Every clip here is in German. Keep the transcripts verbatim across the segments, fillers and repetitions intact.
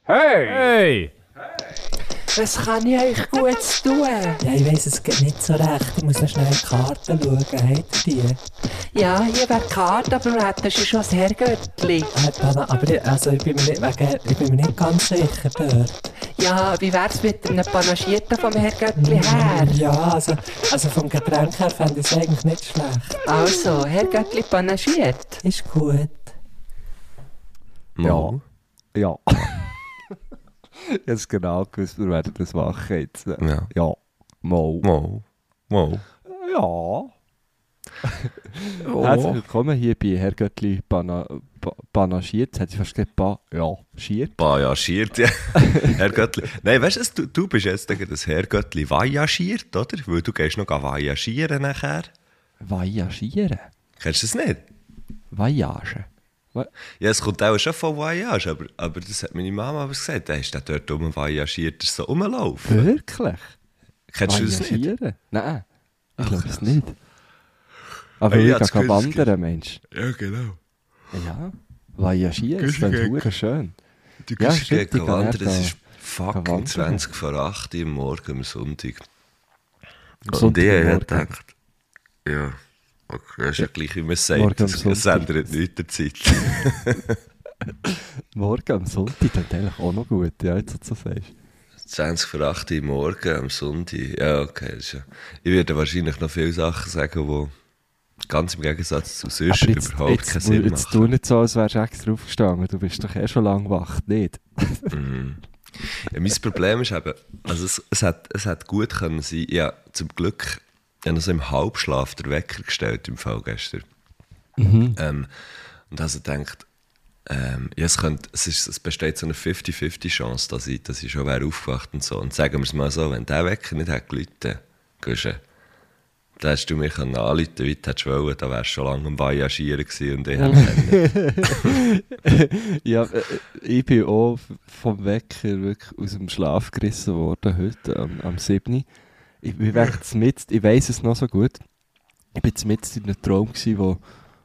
Hey! Hey! Was kann ich euch Gutes tun? Ja, ich weiss es geht nicht so recht. Ich muss noch schnell in die Karten schauen. Habt ihr die? Ja, hier wäre die Karte, aber du hättest schon das Herrgöttli. Äh, Dana, aber ich, also ich, bin mir nicht, wegen, ich bin mir nicht ganz sicher dort. Ja, wie wär's mit einem Panagierten vom Herrgöttli her? Ja, also, also vom Getränk her fände ich es eigentlich nicht schlecht. Also, Herrgöttli panagiert. Ist gut. Ja. Ja. Ich habe es genau gewusst, wir werden das machen jetzt. Ja. Ja. Mal. Wow. Wow. Ja. Oh. Herzlich willkommen hier bei Herr Göttli Pana, pa, Panagiert. Jetzt hätte ich fast gesagt, pa, ja, schiert. Bajaschiert, ja. Herr Göttli. Nein, weißt du, du bist jetzt das Herr Göttli Vajaschiert, oder? Weil du gehst noch Vajaschieren nachher. Voyagieren? Kennst du das nicht? Voyage? Ja, es kommt auch schon von Voyage, aber, aber das hat meine Mama aber gesagt. Da ist der dort rum Voyagiert, ist so rumlaufen. Wirklich? Kennst du das nicht? Voyagieren? Nein, ich Ach, glaube es krass. nicht. Aber Ah, ich ja, gehe das gehört- wandern, Mensch. Ja, genau. Ja, Voyagieren, das Gehst du ist gegen- verdammt schön. Du Ja, gehst stimmt, ich gegen gehe wandern, eher es da- ist fucking wandern. zwanzig vor acht Uhr am Morgen am Sonntag. Am Und ich habe Sonntagmorgen. gedacht, ja, okay, das ist ja gleich, wie man es sagt, Morgen am es es Sonntag. ändert nichts der Zeit. Morgen am Sonntag, dann eigentlich auch noch gut, ja, jetzt so sagst. zwanzig vor acht Uhr morgen am Sonntag, ja, okay. Das ist ja, ich werde wahrscheinlich noch viele Sachen sagen, die ganz im Gegensatz zu sonst Aber jetzt, überhaupt jetzt, keinen Sinn jetzt tu machen. nicht so, als wärst du extra aufgestanden. Du bist doch eh schon lange wach, nicht? Mhm. Ja, mein Problem ist eben, also es, es, hat, es hat gut können sein, ja, zum Glück, ich habe noch so im Halbschlaf den Wecker gestellt im Fall gestern. Mhm. Ähm, und also denkt, ähm, ja, es, könnte, es, ist, es besteht so eine fünfzig fünfzig Chance, dass ich, dass ich schon wäre aufgewacht und so. Und sagen wir es mal so, wenn der Wecker nicht hätte geläutet, Guschen, dann hättest du mich anrufen können, wie du hättest wollen, da wärst du schon lange am Voyagieren gewesen und ich hätte Ja, äh, ich bin auch vom Wecker wirklich aus dem Schlaf gerissen worden heute, am, am siebten Ich, bin wirklich mit, ich weiss es noch so gut. Ich war mit in einem Traum, gewesen, wo,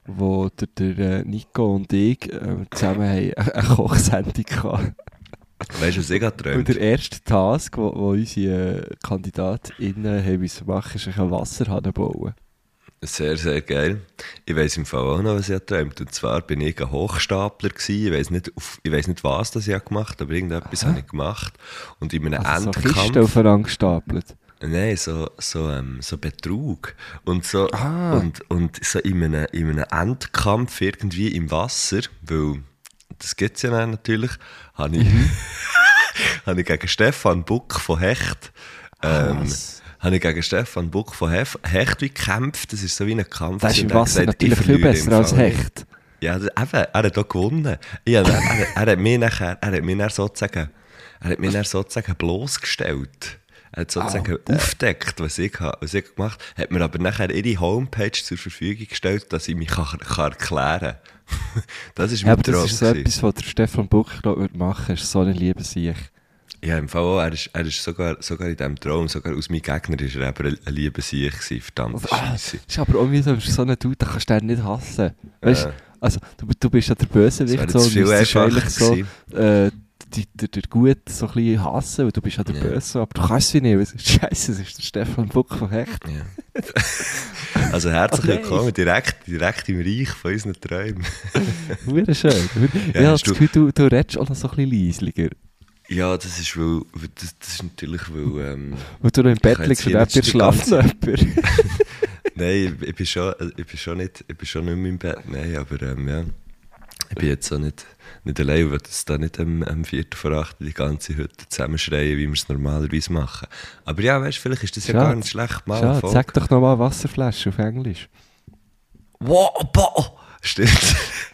wo der, der äh, Nico und ich äh, zusammen haben eine eine Kochsendung hatten. Weißt du, was ich gerade Und träumt? der erste Task, den unsere äh, KandidatInnen haben müssen machen, ist einen Wasserhahn bauen. Sehr, sehr geil. Ich weiss im Fall auch noch, was ich träumt. Und zwar bin ich ein Hochstapler gewesen. Ich weiss nicht, auf, ich weiss nicht was das ich gemacht habe, aber irgendetwas Aha. habe ich gemacht. Und in einem Also so Endkampf... Kisten aufeinander gestapelt. Nein, so, so, ähm, so Betrug. Und, so, Ah. und, und so in einem, in einem Endkampf irgendwie im Wasser, weil das gibt es ja dann natürlich, habe ich, habe ich gegen Stefan Buck von Hecht ähm, Was? habe ich gegen Stefan Buck von Hef Hecht wie gekämpft. Das ist so wie ein Kampf. Das ist Und im er hat Wasser gesagt, ich natürlich viel verliere im besser als Fall nicht. Hecht. Ja, das, eben, er hat auch gewonnen. Ja, er, er, er hat mich nachher, er hat mich dann sozusagen, er hat mich dann sozusagen bloßgestellt. Er hat sozusagen Alter. aufgedeckt, was ich, ha- was ich gemacht habe. Hat mir aber nachher ihre Homepage zur Verfügung gestellt, dass ich mich kann, kann erklären kann. Das ist Ja, mein aber das Traum. ist so gewesen. etwas, was der Stefan Buch glaub, würde machen. Ist so eine liebe Sieg. Ja, im Fall auch, er ist, er ist sogar, sogar in diesem Traum, sogar aus meinem Gegner, ist er eben ein, ein lieber Sieg gewesen. Verdammt Ah, Scheisse. ist aber auch wie so, so ein Dude, den kannst du den nicht hassen. Weißt Ja. also, du, du bist ja der Das wäre Bösewicht jetzt so, und viel müsstest einfacher eigentlich so, gewesen. äh, die, der, der Gut so ein bisschen hassen, weil du bist ja der Ja. Böse, aber du kannst es wie nicht. weil es ist Scheiße, es ist der Stefan Buck von Hecht. Ja. Also herzlich Okay. willkommen direkt, direkt im Reich von unseren Träumen. Sehr schön. ich Ja, habe hast das du- Gefühl, du, du redest auch noch so ein bisschen leisliger. Ja, das ist, weil, das, das ist natürlich, weil... Ähm, Weil du noch im Ich Bett kann liegst jetzt und hier neben dir nicht die schlaft noch jemand. Nein, ich, ich, bin schon, ich, bin schon nicht, ich bin schon nicht mehr im Bett, nein, aber ähm, ja. Ich bin jetzt auch nicht, nicht allein, ich will jetzt da nicht am, am vierten vor acht die ganze Hütte zusammenschreien, wie wir es normalerweise machen. Aber ja, weißt du, vielleicht ist das ja Schade. gar nicht schlecht. Mal eine Schade, Folge. sag doch nochmal Wasserflasche auf Englisch. Wow, boah. Stimmt.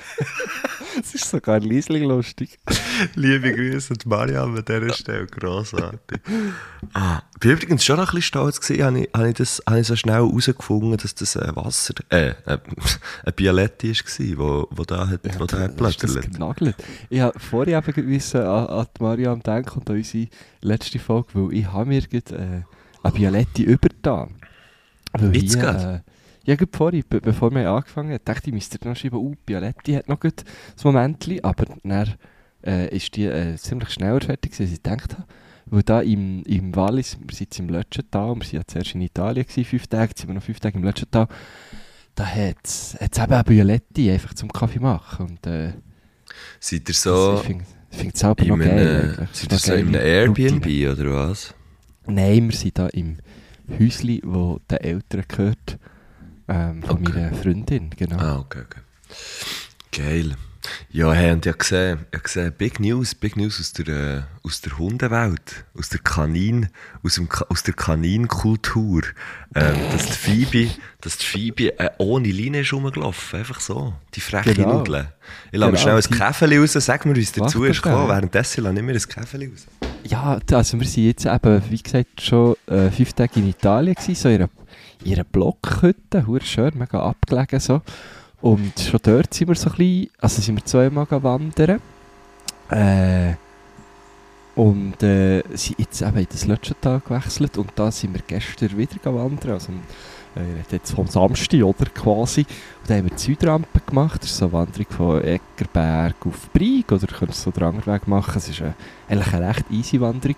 Das ist sogar leislich lustig. Liebe Grüße an die Mariam an dieser Stelle, grossartig. Ah, ich war übrigens schon noch ein bisschen stolz gewesen, habe ich, habe ich, das, habe ich so schnell herausgefunden, dass das ein Wasser, äh, äh ein Bialetti war, wo, wo da hat, wo da hat ist das plötzlich. genagelt. Ich habe vorher eben gewusst, an, an die Mariam denken und an unsere letzte Folge, weil ich habe mir gerade äh, eine Bialetti übergetan. Weil Jetzt hier, gerade? äh, ja, gerade vorhin, be bevor wir angefangen haben, dachte ich, müsste noch schreiben, uh, Bialetti hat noch gut das Momentchen, aber dann äh, ist die äh, ziemlich schneller fertig gewesen, als ich gedacht habe. Weil da im, im Wallis, wir sind jetzt im Lötschental, wir waren ja zuerst in Italien, gewesen, fünf Tage, jetzt sind wir noch fünf Tage im Lötschental, da hat es eben auch Violetti einfach zum Kaffee machen. Und, äh, Seid ihr so... ich finde es selber noch geil. Eigentlich. Seid ihr so in einem Airbnb Routine. oder was? Nein, wir sind da im Häusli, wo den Eltern gehört, ähm, von Okay. meiner Freundin, genau. Ah, okay, okay. Geil. Ja, hey, und ich habe gesehen, ich habe gesehen, Big News, Big News aus der, äh, aus der Hundewelt, aus der Kanin, aus, dem, Ka- aus der Kaninkultur, ähm, dass die Phoebe, dass die Phoebe äh, ohne Leine ist rumgelaufen, einfach so, die freche Genau. Nudel. Ich lasse mir Genau, schnell ein die- Käfeli raus, sag mir, wie es dazu Mach ist das schnell. gekommen, währenddessen lasse ich mir ein Käfeli raus. Ja, also wir sind jetzt eben, wie gesagt, schon äh, fünf Tage in Italien gewesen, so in einer, in einer Blockhütte, hure schön, mega abgelegen so. Und schon dort sind wir so ein bisschen, also sind wir zweimal wandern. Äh, und äh, sind jetzt eben in das Lötschental gewechselt und da sind wir gestern wieder wandern, also äh, jetzt vom Samstag, oder, quasi. Und dann haben wir die Südrampe gemacht, das ist so eine Wanderung von Eckerberg auf Brig, oder du könntest so den anderen Weg machen, es ist eine, eigentlich eine recht easy Wanderung,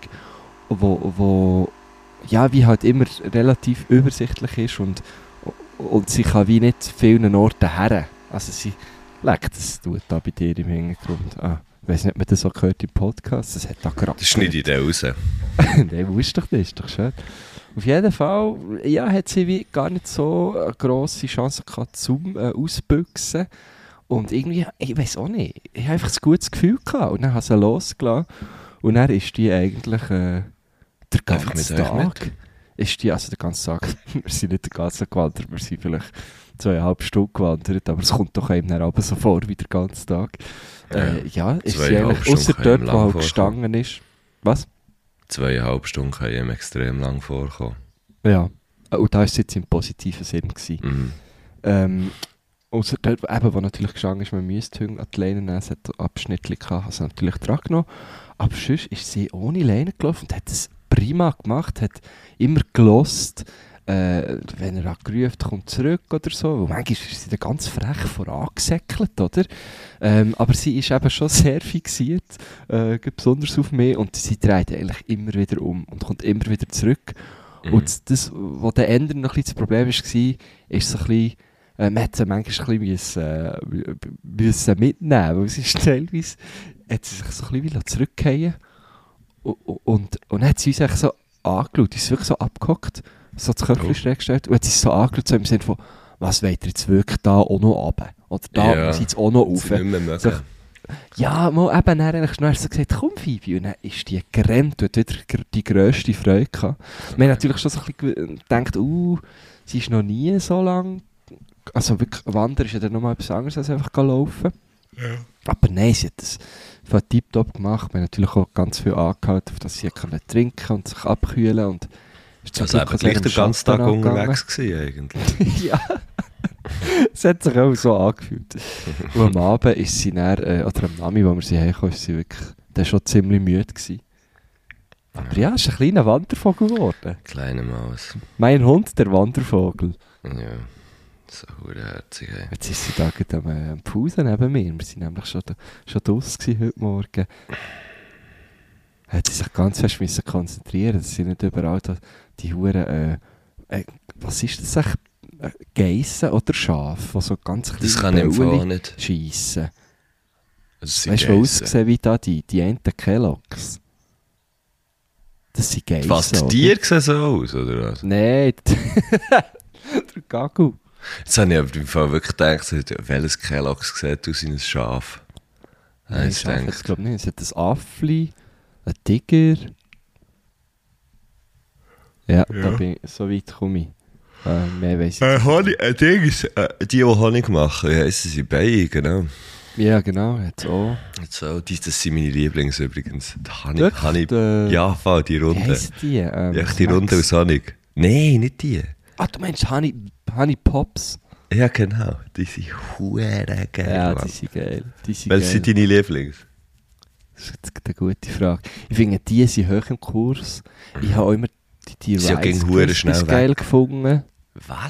wo, wo ja, wie halt immer relativ übersichtlich ist und Und sie kann wie nicht vielen Orten her. Also sie legt das tut da bei dir im Hintergrund. Ah, ich weiss nicht, ob man das so gehört im Podcast. Das hat da gerade. Das schneide ich dann raus. Nein, musst doch nicht, ist doch schön. Auf jeden Fall, ja, hat sie wie gar nicht so eine grosse Chance gehabt zum äh, Ausbüchsen. Und irgendwie, ich weiß auch nicht, ich habe einfach ein gutes Gefühl gehabt. Und dann habe ich sie losgelassen. Und dann ist die eigentlich äh, der Einfach ganze mit euch Tag. mit? Ist die, also den ganzen Tag, wir sind nicht den ganzen Tag gewandert, wir sind vielleicht zweieinhalb Stunden gewandert, aber es kommt doch einem dann aber so vor wie den ganzen Tag. Äh, ja, ist sie Zweieinhalb eigentlich, ausser Stunden dort, kann wo einem halt lang gestanden ist. Was? Zweieinhalb Stunden kann ihm extrem lang vorkommen. Ja, und da war es jetzt im positiven Sinn gewesen. Mhm. Ähm, ausser dort, eben, wo natürlich gestanden ist, man müsste Hunde an die Leine nehmen, es hat Abschnitte gehabt, also natürlich dran genommen. Aber sonst ist sie ohne Leine gelaufen und hat es prima gemacht, hat immer gelost, äh, wenn er hat gerufen, kommt zurück oder so. Und manchmal ist sie dann ganz frech vorangesäckelt, oder? Ähm, aber sie ist eben schon sehr fixiert, äh, besonders auf mich, und sie dreht eigentlich immer wieder um und kommt immer wieder zurück. Mhm. Und das, was den Ändern noch ein bisschen das Problem war, ist so ein bisschen, äh, man hat sie manchmal ein bisschen müssen, äh, müssen mitnehmen, weil sie ist teilweise, hat sie sich so ein bisschen zurückgehen. Und, und, und dann hat sie uns eigentlich so angeschaut, ist wirklich so abgehockt, so das Köpfchen Oh. schräg gestellt und hat sie so angeschaut, so im Sinne von, was wollt ihr jetzt wirklich da auch noch runter? Oder da Ja. muss ich jetzt auch noch rauf? Sie nicht mehr mögen. So- Ja, mal eben, dann eigentlich schnell so gesagt, komm Phoebe, und dann ist die gerannt und hat wieder gr- die grösste Freude gehabt. Wir haben natürlich schon so ein bisschen gedacht, uh, sie ist noch nie so lang, also wirklich, Wandern ist ja dann nochmal etwas anderes als einfach laufen. Ja. Aber nein, sie hat das voll tiptop gemacht. Wir haben natürlich auch ganz viel angehalten, auf dass sie können trinken und sich abkühlen. Und ist zum Also Glück eben auch gleich sehr den am ganzen Tag Schatten unterwegs gewesen, eigentlich. angegangen. Ja, es hat sich auch so angefühlt. Und am Abend ist sie dann, äh, oder am Nami, wo wir sie heimkamen, ist sie wirklich dann schon ziemlich müde gewesen. Aber ja, es ist ein kleiner Wandervogel geworden. Kleine Maus. Mein Hund, der Wandervogel. Ja, so verdammt hey. Jetzt ist sie da gerade am, äh, am Pausen neben mir. Wir waren nämlich schon, da, schon draussen gewesen heute Morgen. Hat sie sich ganz fest müssen konzentrieren, dass sie nicht überall da, die Huren, äh, äh, was ist das eigentlich? Äh, Geissen oder Schafe, die so ganz kleine Das kann ich im Fall auch Bällchen nicht. schiessen. Also sie Weißt du, wie Geissen. aussehen wie da die, die Enten Kelloggs? Das sind Geissen, Was, die oder? Tiere sehen so aus, oder was? Nein, der Gagu. Jetzt habe ich aber im Fall wirklich gedacht, welches Kelloggs sieht aus wie ein Schaf. Ja, Nein, ich Schaf denke, hat's, glaub nicht. Es hat ein Affli, ein Tiger. Ja, da Ja. bin ich, so weit komme ich. Äh, mehr weiss ich Äh, nicht. Honig, ein Ding ist, äh, die, die Honig machen, ja, heissen sie Bienen, genau. Ja, genau, hat auch. So, die, das sind meine Lieblings übrigens. Die Honig, Wirklich? Honig, Äh, ja, voll, die Wie Runde. heisst die? Ähm, Ja, die Runde Snacks. aus Honig. Nein, nicht die. Ah, du meinst Honey, Honey Pops? Ja, genau. Die sind hure geil. Ja, Mann. die sind geil. Die sind Welche geil. sind deine Lieblings? Das ist jetzt eine gute Frage. Ich finde, die sind hoch im Kurs. Ich habe auch immer die, die Sie gehen Rice hure Krispies schnell weg. geil gefunden.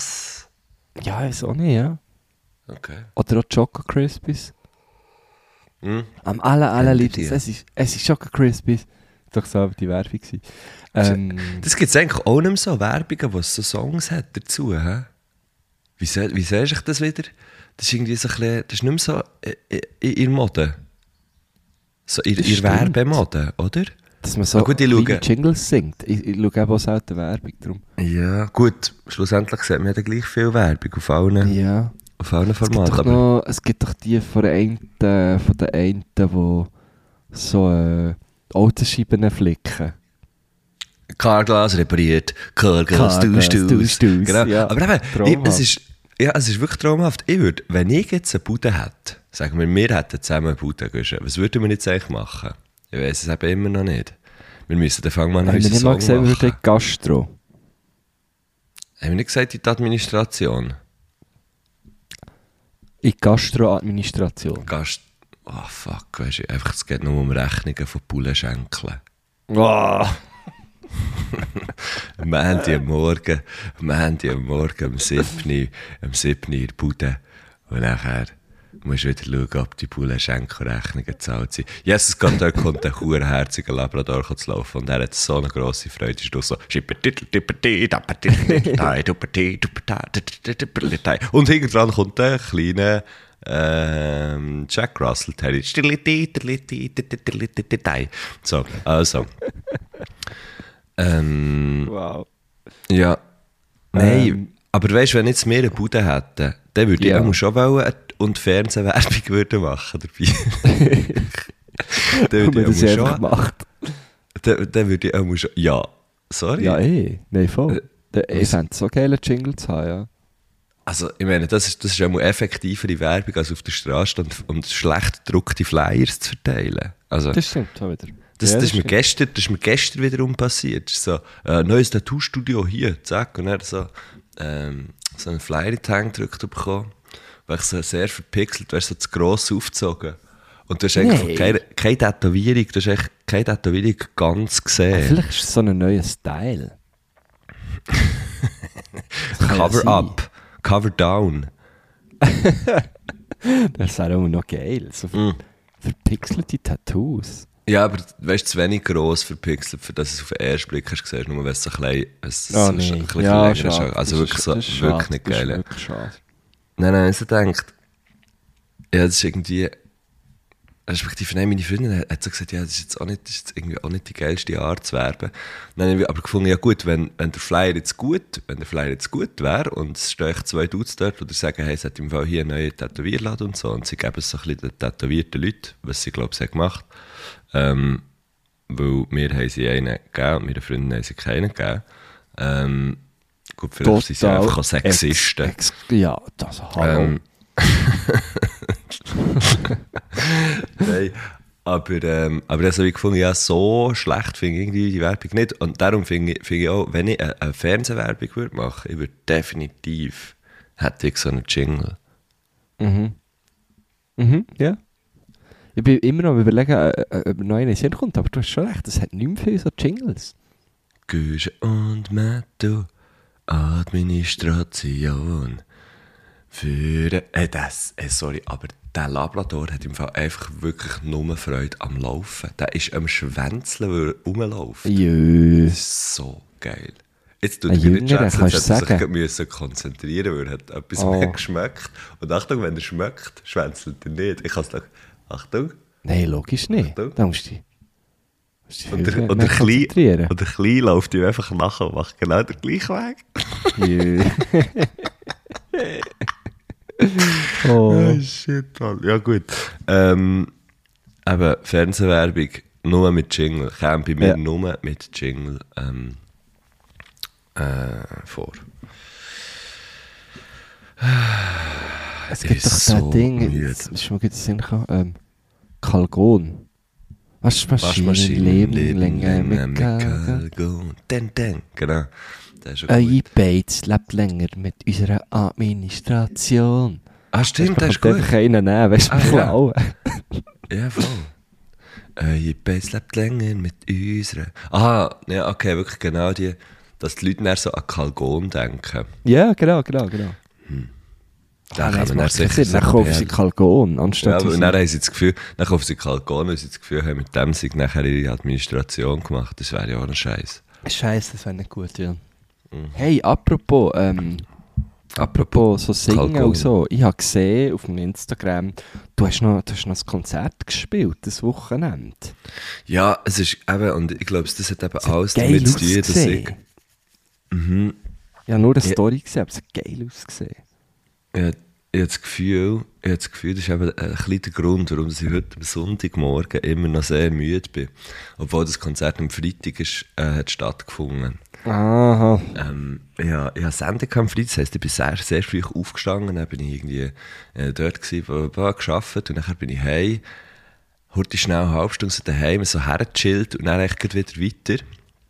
Was? Ja, ich weiß auch nicht, ja. Okay. Oder auch Choco Crispies. Hm? Am aller, allerliebsten. Ende dir. Es ist, es ist Choco Crispies. Doch so die Werbung gewesen. Ähm, Das gibt es eigentlich auch nicht mehr so, Werbungen, die so Songs hat dazu. He? Wie, se, wie sehe ich das wieder? Das ist irgendwie so ein bisschen, das ist nicht mehr so in, in, in Mode. So in, Das in stimmt. Werbemode, oder? dass man so Ah, gut, ich kleine schaue- Jingles singt. Ich, ich schaue eben auch selten Werbung drum. Ja, gut. Schlussendlich sieht man ja dann gleich viel Werbung auf allen, Ja. auf allen Es gibt, Formaten. doch Aber noch, es gibt doch die von der einen, von der einen, die so äh, Autoscheiben flicken. Carglass repariert, Carglass Carglass, tust du. tust du's, Genau. ja. Aber eben, ich, Traumhaft. es, ist, ja, es ist wirklich traumhaft. Ich würde, wenn ich jetzt eine Bude hätte, sagen wir, wir hätten zusammen eine Bude, Guschen, was würden wir jetzt eigentlich machen? Ich weiß es eben immer noch nicht. Wir müssen dann fangen wir an Haben wir unseren nicht mal Song gesehen, wir machen. würden Gastro. Haben wir nicht gesagt, in die Administration? In Gastroadministration. Gast... Oh fuck, weißt du, einfach, es geht nur um Rechnungen von Bullenschenkeln. Oh. Am Ende am Morgen, am Ende am Morgen, am siebten am siebten in der Bude. Und nachher musst du wieder schauen, ob die Bullenschenkelrechnungen gezahlt sind. Jesus Gott, dort kommt ein hurenherziger Labrador zu laufen und er hat so eine grosse Freude. Ist so und hinten dran kommt ein kleiner ähm, Jack Russell Terrier. So, also. Ähm, Wow. ja. Nein, Ähm. aber weißt du, wenn jetzt mehr eine Bude hätten, dann würde Ja. ich auch schon wollen und Fernsehwerbung würde machen dabei. dann Und würde man ich das auch einfach schon. macht. Dann, dann würde ich auch schon. Ja, sorry. Ja, eh. Nein, voll. Äh, Ich was- fände es so geile Jingle zu haben, ja. Also, ich meine, das ist, das ist auch mal effektivere Werbung, als auf der Straße und, und schlecht gedruckte Flyers zu verteilen. Also, Das stimmt auch wieder. Das, Ja, das, ist mir stimmt. gestern, das ist mir gestern wiederum passiert. So, äh, neues Tattoo-Studio hier, zack. Und dann so, ähm, so einen Flyer in die Hände gedrückt bekommen, weil ich so sehr verpixelt, wärst so zu gross aufgezogen. Und du hast eigentlich Nein. keine, keine Tätowierung, du hast echt keine Tätowierung ganz gesehen. Vielleicht ist es so ein neuer Style. Das kann ja Cover sein. up, cover down. Das wäre auch noch geil. So ver Mm. verpixelte Tattoos. Ja, aber weißt du, zu wenig gross verpixelt, für das es auf den ersten Blick hast gesehen, nur wenn es so klein es Ah, so nee. ein bisschen Ja, länger schade. ist. Also Das wirklich, ist- so, das ist wirklich schade. nicht Das ist geil. wirklich schade. Nein, nein, ich denkt, ja, das ist irgendwie, respektive, nein, meine Freundin hat, hat so gesagt, ja, das ist jetzt auch nicht, das ist jetzt irgendwie auch nicht die geilste Art zu werben. Dann habe ich aber gefunden, ja gut, wenn, wenn der Flyer jetzt gut, wenn der Flyer jetzt gut wäre und es stehen echt zwei Dudes dort, die sagen, hey, es hat im Fall hier einen neuen Tätowierladen und so, und sie geben es so ein bisschen den tätowierten Leuten, was sie, glaube ich, haben gemacht. Ähm, weil wir haben sie einen gegeben und meine Freundin haben sie keinen gegeben. Ähm, gut, vielleicht sind sie einfach auch Sexisten. Ex, ex, ja, das hallo. Ähm, Nein, aber, ähm, aber das habe ich gefunden, ja, so schlecht finde ich irgendwie die Werbung nicht. Und darum finde ich, finde ich auch, wenn ich eine, eine Fernsehwerbung würde machen, ich würde definitiv, hätte ich so einen Jingle. Mhm. Mhm, ja. Ich bin immer noch am überlegen, äh, äh, ob noch einer in den Sinn kommt, aber du hast schon recht, es hat nicht mehr viele so Jingles. Güsche und Matto, Administration. Für, äh, das, äh, sorry, aber der Labrador hat im Fall einfach wirklich nur Freude am Laufen. Der ist am Schwänzeln, weil er rumläuft. Jö. Das ist so geil. Jetzt tut Ein er mir nicht Jüngerer, schätzen, kannst jetzt du hat er sich sagen. gerade müssen konzentrieren, weil er hat etwas Oh. mehr geschmeckt. Und Achtung, wenn er schmeckt, schwänzelt er nicht. Ich kann es doch, Achtung. Nein, logisch nicht. Achtung. Da musst du dich, musst dich Und viel der, mehr und der, Klein, konzentrieren. und der Klein läuft ihm einfach nachher und macht genau den gleichen Weg. Jö. Oh. shit, Mann. Ja, gut. Ähm, eben, Fernsehwerbung nur mit Jingle. Käme bei mir Ja. nur mit Jingle ähm, äh, vor. Es Ich gibt bin doch so das Ding, müde. das ist mir gut in den Sinn gekommen, ähm, Kalgon. Waschmaschinen, Waschmaschinen, Leben, Leben, länger länger mit Kalgon. Kalgon. Den, den, genau. Der ist schon Ein gut. Beiz lebt länger mit unserer Administration. Ah, stimmt, der ist Man gut. kann einfach einen nehmen, weißt du, Ah, von ja. allen. Ja, voll. Euer Base lebt länger mit unserer. Ah, ja, okay, wirklich genau die, dass die Leute dann so an Kalgon denken. Ja, genau, genau, genau. Da Ah, nein, kann das man macht dann keinen Sinn. sicher Dann so kaufen sie Perlen- Kalgon, Ja, anstatt aber unsere- dann haben sie das Gefühl, dann kaufen sie Kalkon, weil sie das Gefühl haben, mit dem sie nachher ihre Administration gemacht. Das wäre ja auch ein Scheiß. Scheiße, das wäre nicht gut, ja. Hey, apropos, ähm, apropos so Singen Kalkon. und so. Ich habe gesehen auf dem Instagram, du hast noch, du hast noch ein Konzert gespielt, das Wochenende. Ja, es ist eben, und ich glaube, das hat eben Es hat alles geil damit zu tun, dass ich... ausgesehen. Mhm. Ich habe nur eine Ja. Story gesehen, aber es hat geil ausgesehen. Ich, ich habe das Gefühl, ich habe das Gefühl, das ist eben ein bisschen der Grund, warum ich heute am Sonntagmorgen immer noch sehr müde bin. Obwohl das Konzert am Freitag ist, äh, hat stattgefunden. Aha. Ähm, ja, ich hatte Sendung am Freitag, das heisst, ich bin sehr, sehr früh aufgestanden, dann bin ich irgendwie äh, dort gewesen, wo- wo gearbeitet und dann bin ich heim, heute schnell eine halbe Stunde so daheim, so hergechillt und dann eigentlich gleich wieder weiter.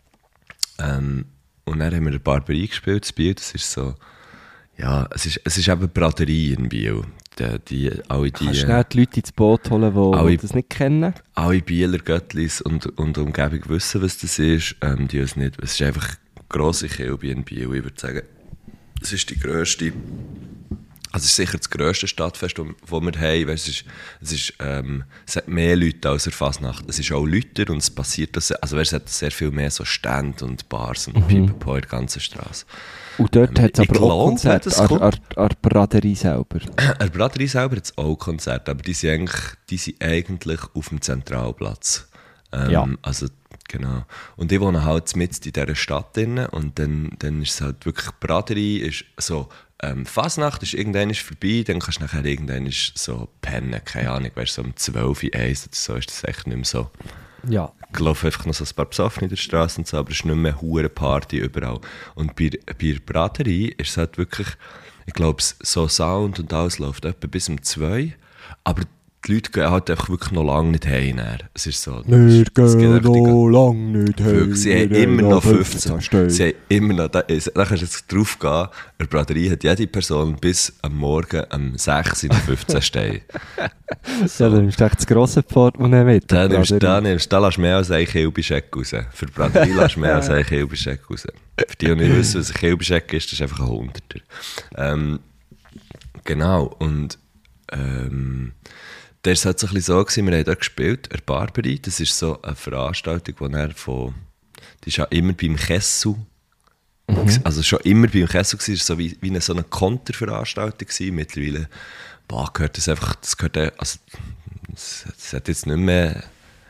Ähm, und dann haben wir eine Barberie gespielt, das Biel, das ist so, ja, es ist, es ist eben Braterie in Biel. Die, die, alle die, Kannst du schnell die Leute ins Boot holen, die, Alle- die das nicht kennen? alle Bieler Göttlis und, und Umgebung wissen, was das ist. Ähm, die es nicht. Es ist einfach eine grosse Kilbe in Biel. Ich würde sagen, es ist die grösste, also es ist sicher das grösste Stadtfest, das wir haben. Weil es, ist, es, ist, ähm, es hat mehr Leute als der Fasnacht. Es ist auch lauter und es passiert, das, also es hat sehr viel mehr so Stände und Bars und Mhm. Pipapo in der ganzen Straße. Und dort Ähm, hat es ich aber auch glaube, Konzerte das an kommt. an- an der Braderie selber. Eine Braterie selber hat auch Konzerte, aber die sind eigentlich, die sind eigentlich auf dem Zentralplatz. Ähm, Ja. Also, genau. Und ich wohne halt mitten in dieser Stadt drin und dann, dann ist es halt wirklich, Braterie ist so, ähm, Fasnacht ist irgendwann ist vorbei, dann kannst du nachher irgendwann so pennen, keine Ahnung, weißt du, so um zwölf Uhr, eins oder so ist das echt nicht mehr so. Ja. Es laufen einfach noch so ein paar Besoffene in der Straße und so, aber es ist nicht mehr eine hure Party überall. Und bei, bei der Braterie ist es halt wirklich, ich glaube, so Sound und alles läuft etwa bis um zwei, aber die Leute gehen halt einfach wirklich noch lange nicht heim. dann. Es ist so, Wir es geht gehen echt die- noch lang nicht Wirklich, sie haben wir immer haben noch fünfzehn. Stellen. Sie haben immer noch, da, ist- da kannst du jetzt drauf gehen, in der Braterie hat jede Person bis am Morgen um sechs Uhr fünfzehn stehen. Ja, dann nimmst du echt das grosse Portemonnaie mit. Da die nimmst, da Braderie. nimmst, da lässt du mehr als ein Kilbischeck raus. Für die Braterie lässt du mehr als ein Kilbischeck raus. Für die, die nicht wissen, was ein Kilbischeck ist, das ist einfach ein Hunderter. Ähm, genau, und ähm, da war es halt so ein bisschen so, gewesen, wir haben dort gespielt, eine Barberie, das ist so eine Veranstaltung, die er von, die ist ja immer beim Kessel, also schon immer beim Kessel gewesen, es war so wie, wie eine, so eine Konterveranstaltung gewesen. Mittlerweile, boah, gehört das einfach, das gehört, also, es, es hat jetzt nicht mehr,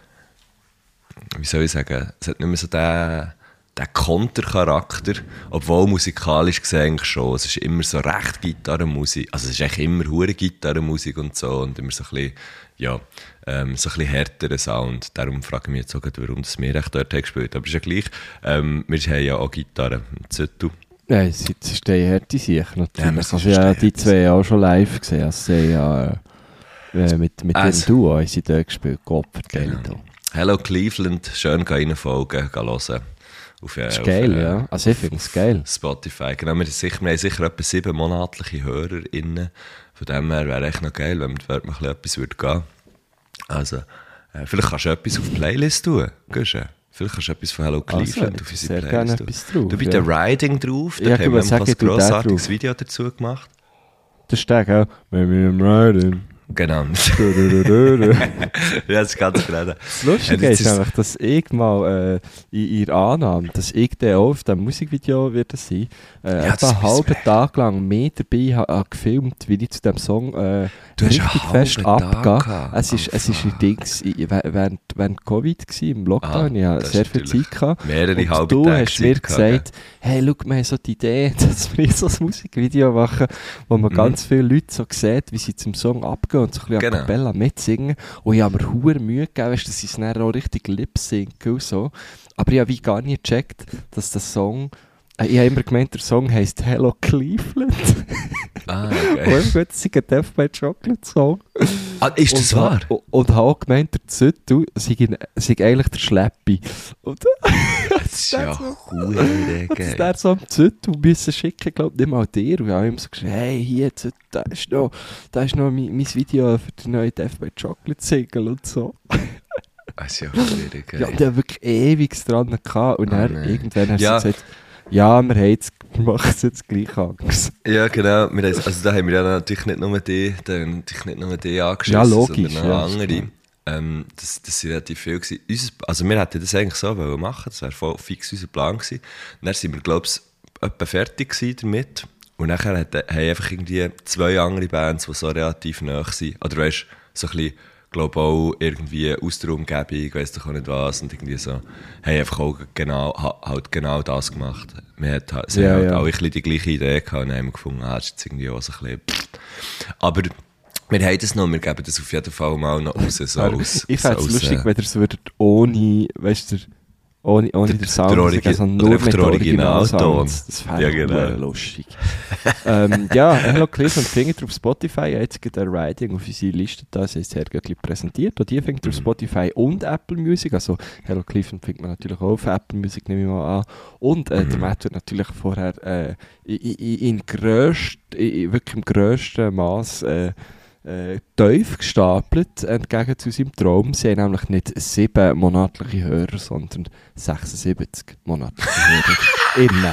wie soll ich sagen, es hat nicht mehr so den, den Kontercharakter, obwohl musikalisch gesehen eigentlich schon, es ist immer so recht Gitarrenmusik, also es ist eigentlich immer hure Gitarrenmusik und so und immer so ein bisschen, ja, ähm, so ein bisschen härterer Sound, darum frage ich mich jetzt auch gerade, warum das wir echt dort haben gespielt, aber es ist ja gleich, ähm, wir haben ja auch Gitarren, Zettel. Ja, es ist- es ist der harte sicher Ja, natürlich. wir Ich sind habe ja steinhart. die zwei auch schon live gesehen. Also sie haben ja äh, mit, mit Also- ihrem Duo haben sie dort gespielt. Gott, Genau. genau. Hello Cleveland, schön reinfolgen, gehen hören. Auf, äh, Das ist auf, geil, äh, ja. Also ich finde es geil. Spotify. Genau, wir, haben sicher, wir haben sicher etwa sieben monatliche HörerInnen. Von dem her wäre echt noch geil, wenn dort mal ein bisschen etwas würde gehen. Also, äh, vielleicht kannst du etwas auf die Playlist tun, Guschen. Vielleicht kannst du etwas von Hello Also, Cleveland auf sehr unsere gerne Playlist tun. etwas drauf, Du bist ja. der Riding drauf, Ja, dort ich haben wir würde sagen, ein du da grossartiges drauf. Video dazu gemacht. Der Steg auch. Maybe I'm riding. Genau. Du, du, du, du, du. Ja, das ist ganz gerade. Das Lustige Ja, das ist ist- einfach, dass ich mal äh, in ihrer Annahme, dass ich dann auch auf diesem Musikvideo wird sein, äh, Ja, etwa das einen halben wär- Tag lang mehr dabei ha, ha gefilmt, wie ich zu diesem Song äh, Du hast richtig einen fest halben Tag abgehe. gehabt. Es ist, Oh, es ist ein fuck. Dings, ich- während, während Covid war, im Lockdown, Ah, ich hatte das sehr ist viel natürlich Zeit gehabt. Mehrere Und halbe du Tage hast mir Zeit gehabt, gell? gesagt, hey, schau, wir haben so die Idee, dass wir so ein Musikvideo machen, wo man Mhm. ganz viele Leute so sieht, wie sie zum Song abgehen und so ein bisschen Genau. a cappella mitsingen. Und ich habe mir hure Mühe gegeben, weißt, dass ich es dann auch richtig lip-synken und so. Aber ich habe wie gar nicht gecheckt, dass der Song... Äh, ich habe immer gemeint, der Song heisst «Hello Cleveland». Ah, Und okay. im Gott, es ist ein Death by Chocolate Song. Ah, ist das und, wahr? Und, und habe auch gemeint, der Züttel sei, sei eigentlich der Schleppi. Und Das ist ja hure Und geil. das der so am Züttel müssen schicken, glaube ich, nicht mal dir. Und ich habe ihm so gesagt, hey, hier, Züttel, da ist noch, da ist noch mein, mein Video für die neue Death by Chocolate Single und so. Das ist ja hure geil. Ja, und ich habe wirklich ewig dran gehabt. Und Ah, dann nein. irgendwann hast Ja. du gesagt, ja, wir, haben jetzt, wir machen es jetzt gleich anders. Ja, genau. Wir haben, also da haben wir ja natürlich nicht nur die, da haben wir natürlich nicht nur die angeschissen, Ja, logisch, sondern ja, auch andere. Ähm, das, das sind relativ viel gewesen. Unser, also wir hätten das eigentlich so wollen machen, das wäre voll fix unser Plan gewesen. Und dann sind wir, glaube ich, etwa fertig gewesen damit. Und nachher hat, haben einfach irgendwie zwei andere Bands, die so relativ nahe sind. Oder weißt du, so ein bisschen, glaube auch irgendwie aus der Umgebung, weiss doch auch nicht was. Und irgendwie so, haben einfach auch genau, halt genau das gemacht. Wir hat, sie Ja, haben halt ja. auch ein bisschen die gleiche Idee gehabt und haben gefunden, ah, das ist jetzt irgendwie auch so ein bisschen, pff. Aber wir haben das noch, wir geben das auf jeden Fall mal noch raus. So Aber aus, ich fände es so aus, lustig, äh, wenn ihr es würdet ohne, weißt du, ohne, ohne den Sound, der also Origi- so nur oder mit einfach der den Originalton. Originalsounds. Das fände Ja, ich genau. verdammt lustig. ähm, ja, Hello Cleveland findet ihr auf Spotify, jetzt geht der Writing auf unsere Liste, das heißt Herrgöttli präsentiert, und die findet ihr auf Spotify und Apple Music, also Hello Cleveland findet man natürlich auch auf Apple Music, nehme ich mal an, und äh, der Matt wird natürlich vorher äh, in, in, in, grösst, in wirklich im grössten Maß äh, äh, tief gestapelt entgegen zu seinem Traum. Sie haben nämlich nicht sieben monatliche Hörer, sondern sechsundsiebzig monatliche Hörer. Innen.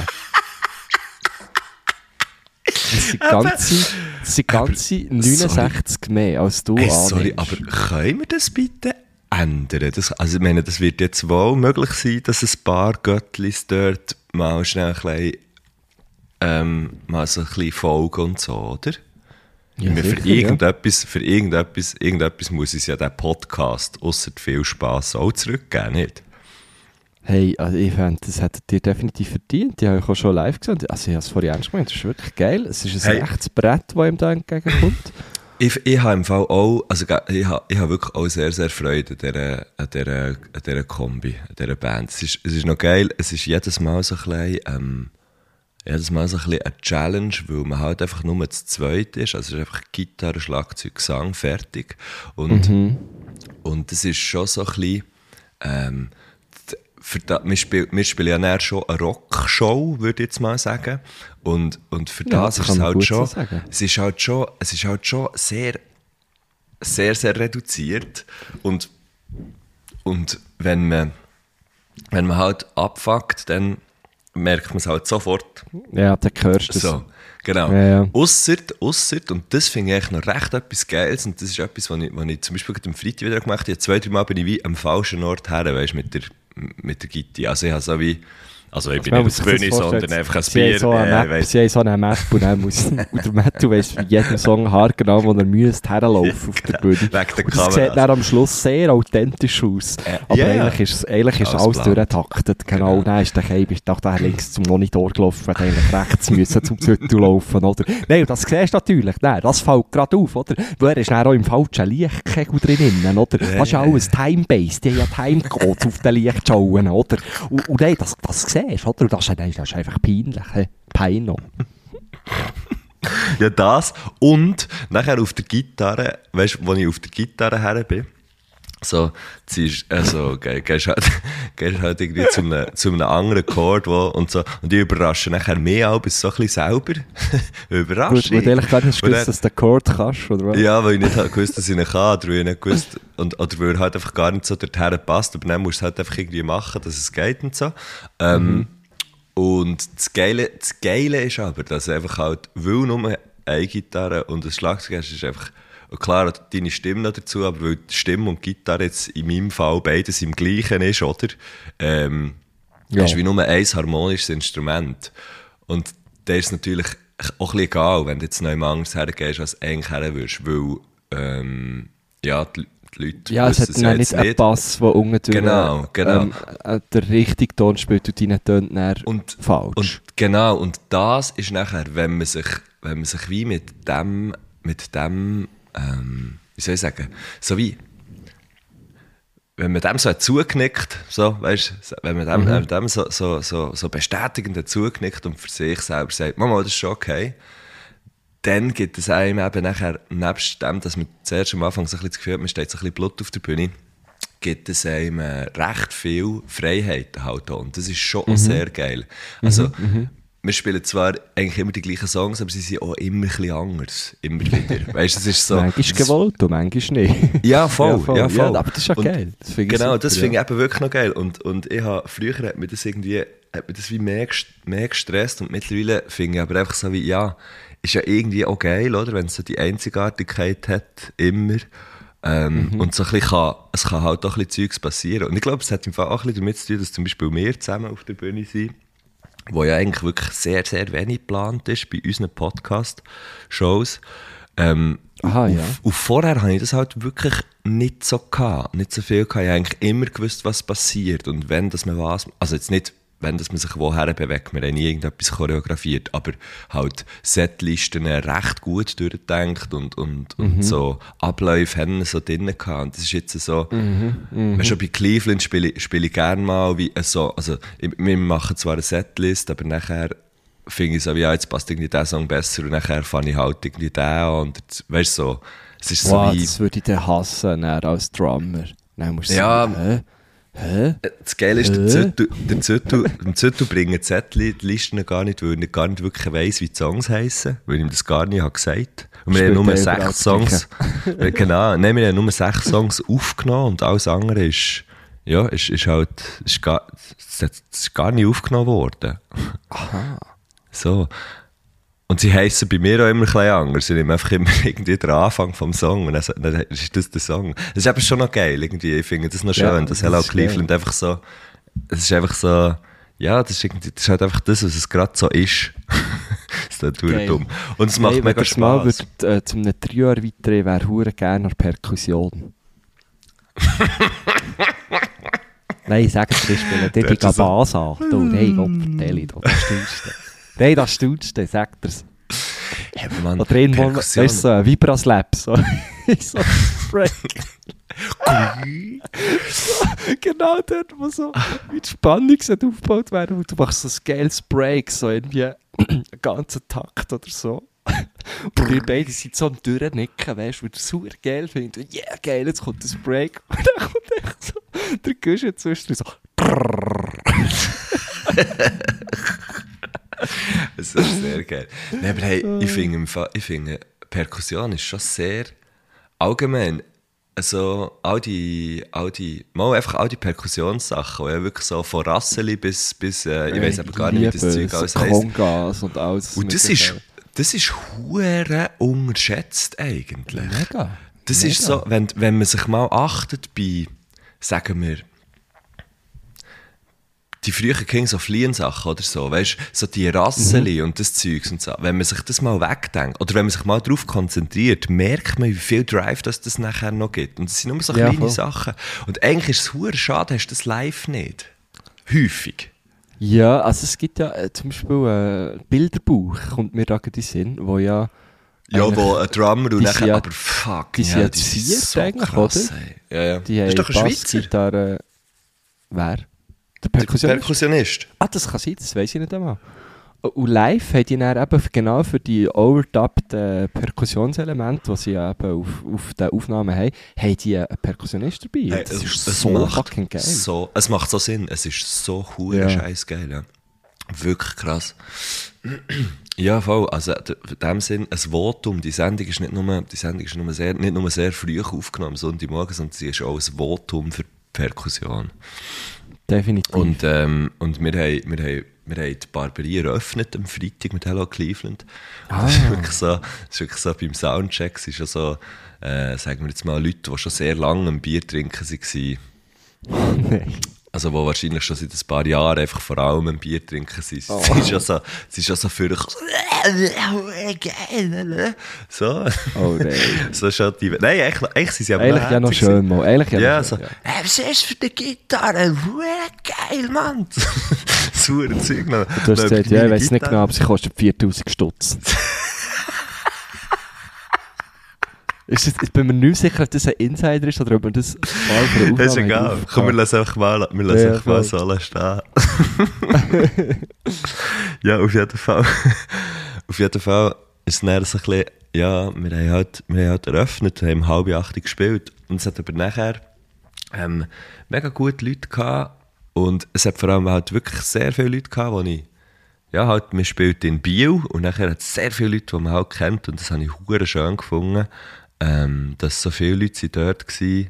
Das sind ganze, das sind ganze neunundsechzig mehr als du Hey, sorry, annimmst. aber können wir das bitte ändern? Das, also ich meine, das wird jetzt wohl möglich sein, dass ein paar Göttlis dort mal schnell ein bisschen, ähm, mal so ein bisschen folgen und so, oder? Ja, Wir für, sicher, ja. irgendetwas, für irgendetwas, irgendetwas muss uns ja der Podcast ausser viel Spass auch zurückgeben, nicht? Hey, also ich fände, das hättet ihr definitiv verdient. Die habe ich auch schon live gesehen. Also ich habe es vorhin ernst gemeint, das ist wirklich geil. Es ist ein Hey. rechtes Brett, das ihm da entgegenkommt. Ich, ich habe im Fall auch, also ich habe, ich habe wirklich auch sehr, sehr Freude an dieser, an dieser, an dieser Kombi, an dieser Band. Es ist, es ist noch geil, es ist jedes Mal so ein bisschen, ähm, jedes Mal so ein bisschen eine Challenge, weil man halt einfach nur zu zweit ist. Also es ist einfach Gitarre, Schlagzeug, Gesang, fertig. Und, Mhm. und das ist schon so ein bisschen, ähm, d- für da, wir, spiel, wir spielen ja näher schon eine Rockshow, würde ich jetzt mal sagen. Und, und für Ja, das das ist kann es man halt gut schon, so sagen. es ist halt schon, es ist halt schon sehr, sehr, sehr reduziert. Und, und wenn man, wenn man halt abfuckt, dann merkt man es halt sofort. Ja, dann hörst du es. So, genau. Ja, ja. Ausser, ausser, und das finde ich eigentlich noch recht etwas Geiles, und das ist etwas, was ich, was ich zum Beispiel am Freitag wieder gemacht habe. Zwei, drei Mal bin ich wie am falschen Ort her, weißt, mit der, mit der Gitarre. Also ich habe so wie, also ich bin Man nicht muss auf sich der das Bühne, vorstellen. sondern einfach ein Sie haben Bier. so eine äh, Map, weiss- sie haben so eine Map und, dann muss, und der Matthew weiss für jeden Song haargenau, wo er müsste herlaufen auf der Bühne. Wegen der Und das Kamera. sieht dann am Schluss sehr authentisch aus. Äh, Aber ja, ja. eigentlich ist, es- eigentlich ist Alles alles blau. durchgetaktet. Genau, dann ist der Keim ist doch da links zum Monitor gelaufen, wenn eigentlich rechts müssen zum Züttel laufen, oder? Nein, und das siehst du natürlich. Nein, das fällt gerade auf, oder? Weil er ist dann auch im falschen Lichtkegel drinnen, oder? Das ist ja alles Time-based. Die haben ja Timecodes auf den Lichtschauen, oder? Und, und nein, das, das siehst du, oder? Und das ist, das ist einfach peinlich. He? Peino. Ja, das. Und nachher auf der Gitarre, weißt du, wo ich auf der Gitarre her bin, so, ziehst, also, ge- gehst halt, gehst halt irgendwie zu einem, zu einem anderen Chord, wo, und so, und die überraschen nachher mehr auch bis so ein bisschen selber. Gut, Überraschung. weil du eigentlich gar nicht Und gewusst, dann- dass du den Chord kannst, oder was? Ja, weil ich nicht halt gewusst, dass ich ihn kann, oder weil ich nicht gewusst, und, oder weil er halt einfach gar nicht so dorthin passt, aber dann musst du es halt einfach irgendwie machen, dass es geht und so. Ähm, Und das Geile, das Geile ist aber, dass einfach halt, weil nur eine Gitarre und ein Schlagzeug hast, ist einfach, und klar, deine Stimme noch dazu, aber weil die Stimme und die Gitarre jetzt in meinem Fall beides im Gleichen ist, oder? Ähm, Ja. hast du wie nur ein harmonisches Instrument. Und da ist es natürlich auch ein bisschen egal, wenn du jetzt noch jemand anderes hergehst, als du eigentlich her würdest, weil, ähm, ja, die, die Leute Ja, es wissen hat dann jetzt nicht einen Bass, der unten durch, Genau, genau. Ähm, äh, der richtige Ton spielt und deine Töne dann Und, falsch. und genau, und das ist nachher, wenn man sich, wenn man sich wie mit dem, mit dem, ähm, wie soll ich sagen, so wie, wenn man dem so hat zugeknickt, so, weißt, wenn man dem, Mhm. wenn man dem so, so, so, so bestätigend hat zugeknickt und für sich selber sagt, Mama, das ist schon okay, dann gibt es einem eben nachher, nebst dem, dass man zuerst am Anfang so ein bisschen das Gefühl hat, man steht so ein bisschen Blut auf der Bühne, gibt es einem äh, recht viel Freiheit halt auch. Und das ist schon auch sehr geil. Also, wir spielen zwar eigentlich immer die gleichen Songs, aber sie sind auch immer ein bisschen anders. Immer wieder. Weißt du, es ist so... Manchmal gewollt und manchmal nicht. Ja, voll. Ja, voll. Ja, voll. Ja, aber das ist ja und, geil. Das find ich genau, super, das ja. finde ich eben wirklich noch geil. Und, und ich habe, früher hat mir das irgendwie, hat mir das wie mehr, mehr gestresst und mittlerweile finde ich aber einfach so wie, ja, ist ja irgendwie auch geil, oder? Wenn es so die Einzigartigkeit hat, immer. Ähm, mhm. Und so ein bisschen kann, es kann halt auch ein bisschen Zeugs passieren. Und ich glaube, es hat im Fall auch ein bisschen damit zu tun, dass zum Beispiel wir zusammen auf der Bühne sind, wo ja eigentlich wirklich sehr, sehr wenig geplant ist bei unseren Podcast-Shows. Ähm, Aha, ja. Und vorher hatte ich das halt wirklich nicht so gehabt, nicht so viel gehabt. Ich habe eigentlich immer gewusst, was passiert und wenn, dass man was, also jetzt nicht, wenn dass man sich woher bewegt, wir haben nie irgendetwas choreografiert, aber halt Setlisten recht gut durchgedacht und, und, und Mhm. so Abläufe haben so drin gehabt. Und das ist jetzt so, Mhm. Mhm. weißt du, bei Cleveland spiele ich, spiele ich gerne mal wie so, also ich, wir machen zwar eine Setlist, aber nachher finde ich so wie, ja, jetzt passt irgendwie der Song besser und nachher fange ich halt irgendwie den an und jetzt, weißt du, so, es ist Wow, so wie... das würde ich dann hassen, dann als Drummer. Dann musst du Ja. sagen, hä? Hä? Das Geile ist, der Hä? Zettel, der Zettel, dem Zettel bringen die Zettel, die Listen gar nicht, weil ich gar nicht wirklich weiss, wie die Songs heissen, weil ich ihm das gar nicht habe gesagt. Und wir haben Spielt nur er überall sechs das Songs, äh, genau, nein, wir haben nur sechs Songs aufgenommen und alles andere ist, ja, ist, ist halt, ist gar, es hat- es ist gar nicht aufgenommen worden. Aha. So. Und sie heissen bei mir auch immer ein bisschen anders. Ich nehme einfach immer irgendwie den Anfang vom Song und dann, dann ist das der Song. Das ist eben schon noch geil irgendwie. Ich finde das noch schön, Ja, dass das Hello ist Cleveland einfach so, es ist einfach so, ja, das ist, irgendwie, das ist halt einfach das, was es gerade so ist. Das ist natürlich Geil. dumm. Und es macht Hey, mega wenn das mal Spaß. würd, äh, zu einem Trio erweitern, wäre hure gerne eine Perkussion. Nein, ich sage dir, ich spiele Der dir die hat so- Bass an. Du, nein, Gott, vertell ich, das staunst du. Nein, das staunst du, sagt er's. Ja, aber Mann, Oder irgendwo, Perkussion. weißt du, so ein Vibraslap, so. so ein Break. so, genau dort, wo so wie die Spannung sollte aufgebaut werden, wo du machst so ein geiles Break, so irgendwie einen ganzen Takt oder so. Und wir beide sind so am Durchnicken, weißt du, weil du es super geil findest. Und yeah, geil, jetzt kommt das Break. Und dann kommt echt so der Guschen zwischendrin so. Das ist sehr geil. Nein, aber hey, ich finde, im Fall- ich finde, Perkussion ist schon sehr allgemein. Also, all die, all die, mal einfach all die Perkussionssachen, die ja wirklich so von Rasseli bis, bis äh, ich weiß aber gar nicht, wie das Zeug alles heisst. Kongas und alles. Und das ist, das ist hure unterschätzt eigentlich. Mega. Das Mega. ist so, wenn, wenn man sich mal achtet bei, sagen wir, die frühen Kings of Leon Sachen oder so, weißt du, so die Rasseli und das Zeugs und so. Wenn man sich das mal wegdenkt, oder wenn man sich mal darauf konzentriert, merkt man, wie viel Drive das, das nachher noch gibt. Und das sind nur so Ja, kleine voll. Sachen. Und eigentlich ist es hure schade, hast du das live nicht. Häufig. Ja, also es gibt ja äh, zum Beispiel ein Bilderbuch, kommt mir da gerade in den Sinn, wo ja... Ja, eigentlich- wo ein Drummer und die nachher, sind ja- aber fuck, die sind ja die zu sind viert eigentlich, krass, oder? ey. Ja, ja. Die das ist haben doch ein Schweizer. Bassgitarre... Wer? Der Der Perkussionist? Perkussionist. Ah, das kann sein, das weiss ich nicht einmal. Und live haben die dann eben genau für die overdubbten Perkussionselemente, die sie ja eben auf, auf den Aufnahmen haben, haben die einen Perkussionist dabei. Hey, das es- ist es so macht fucking geil. So, es macht so Sinn. Es ist so hure Ja. scheiß geil. Ja. Wirklich krass. Ja, voll. Also d- in dem Sinn, ein Votum. Die Sendung ist nicht nur, die Sendung ist nur sehr, nicht nur sehr früh aufgenommen, am Sonntagmorgen, sondern sie ist auch ein Votum für Perkussion. Definitiv. Und, ähm, und wir, haben, wir, haben, wir haben die Barberie eröffnet am Freitag mit Hello Cleveland. Und das, ist Ah. wirklich so, das ist wirklich so, beim Soundcheck es ist schon so, äh, sagen wir jetzt mal, Leute, die schon sehr lange ein Bier trinken waren. Nein. Also, die wahrscheinlich schon seit ein paar Jahren einfach vor allem ein Bier trinken. Sie, Oh. sie ist schon so, sie ist schon so für so, geil, so. Oh nein. So schon die, nein, eigentlich, eigentlich sind sie aber Eigentlich ja noch herzig schön, mal. Eigentlich ja, Ja, noch so, schön, äh, was ist für die Gitarre? Hure geil, Mann! Das hure Zeug noch. Du hast noch gesagt, über ja, ich meine weiß nicht Gitarre. genau, aber sie kostet viertausend Stutz. Ist das, ich bin mir nicht sicher, ob das ein Insider ist oder ob man das mal für eine Das ist Aufnahme egal. hat Komm, wir lassen einfach mal, wir lassen Ja, einfach mal voll. so stehen. Ja, auf jeden Fall. Auf jeden Fall ist es dann so ein bisschen, ja, wir haben halt, wir haben halt eröffnet, haben um halb acht gespielt. Und es hat aber nachher ähm, mega gute Leute gehabt. Und es hat vor allem halt wirklich sehr viele Leute gehabt, die ich ja, halt, man spielt in Biel und nachher hat es sehr viele Leute, die man halt kennt und das habe ich hure schön gefunden, ähm, dass so viele Leute sind dort waren,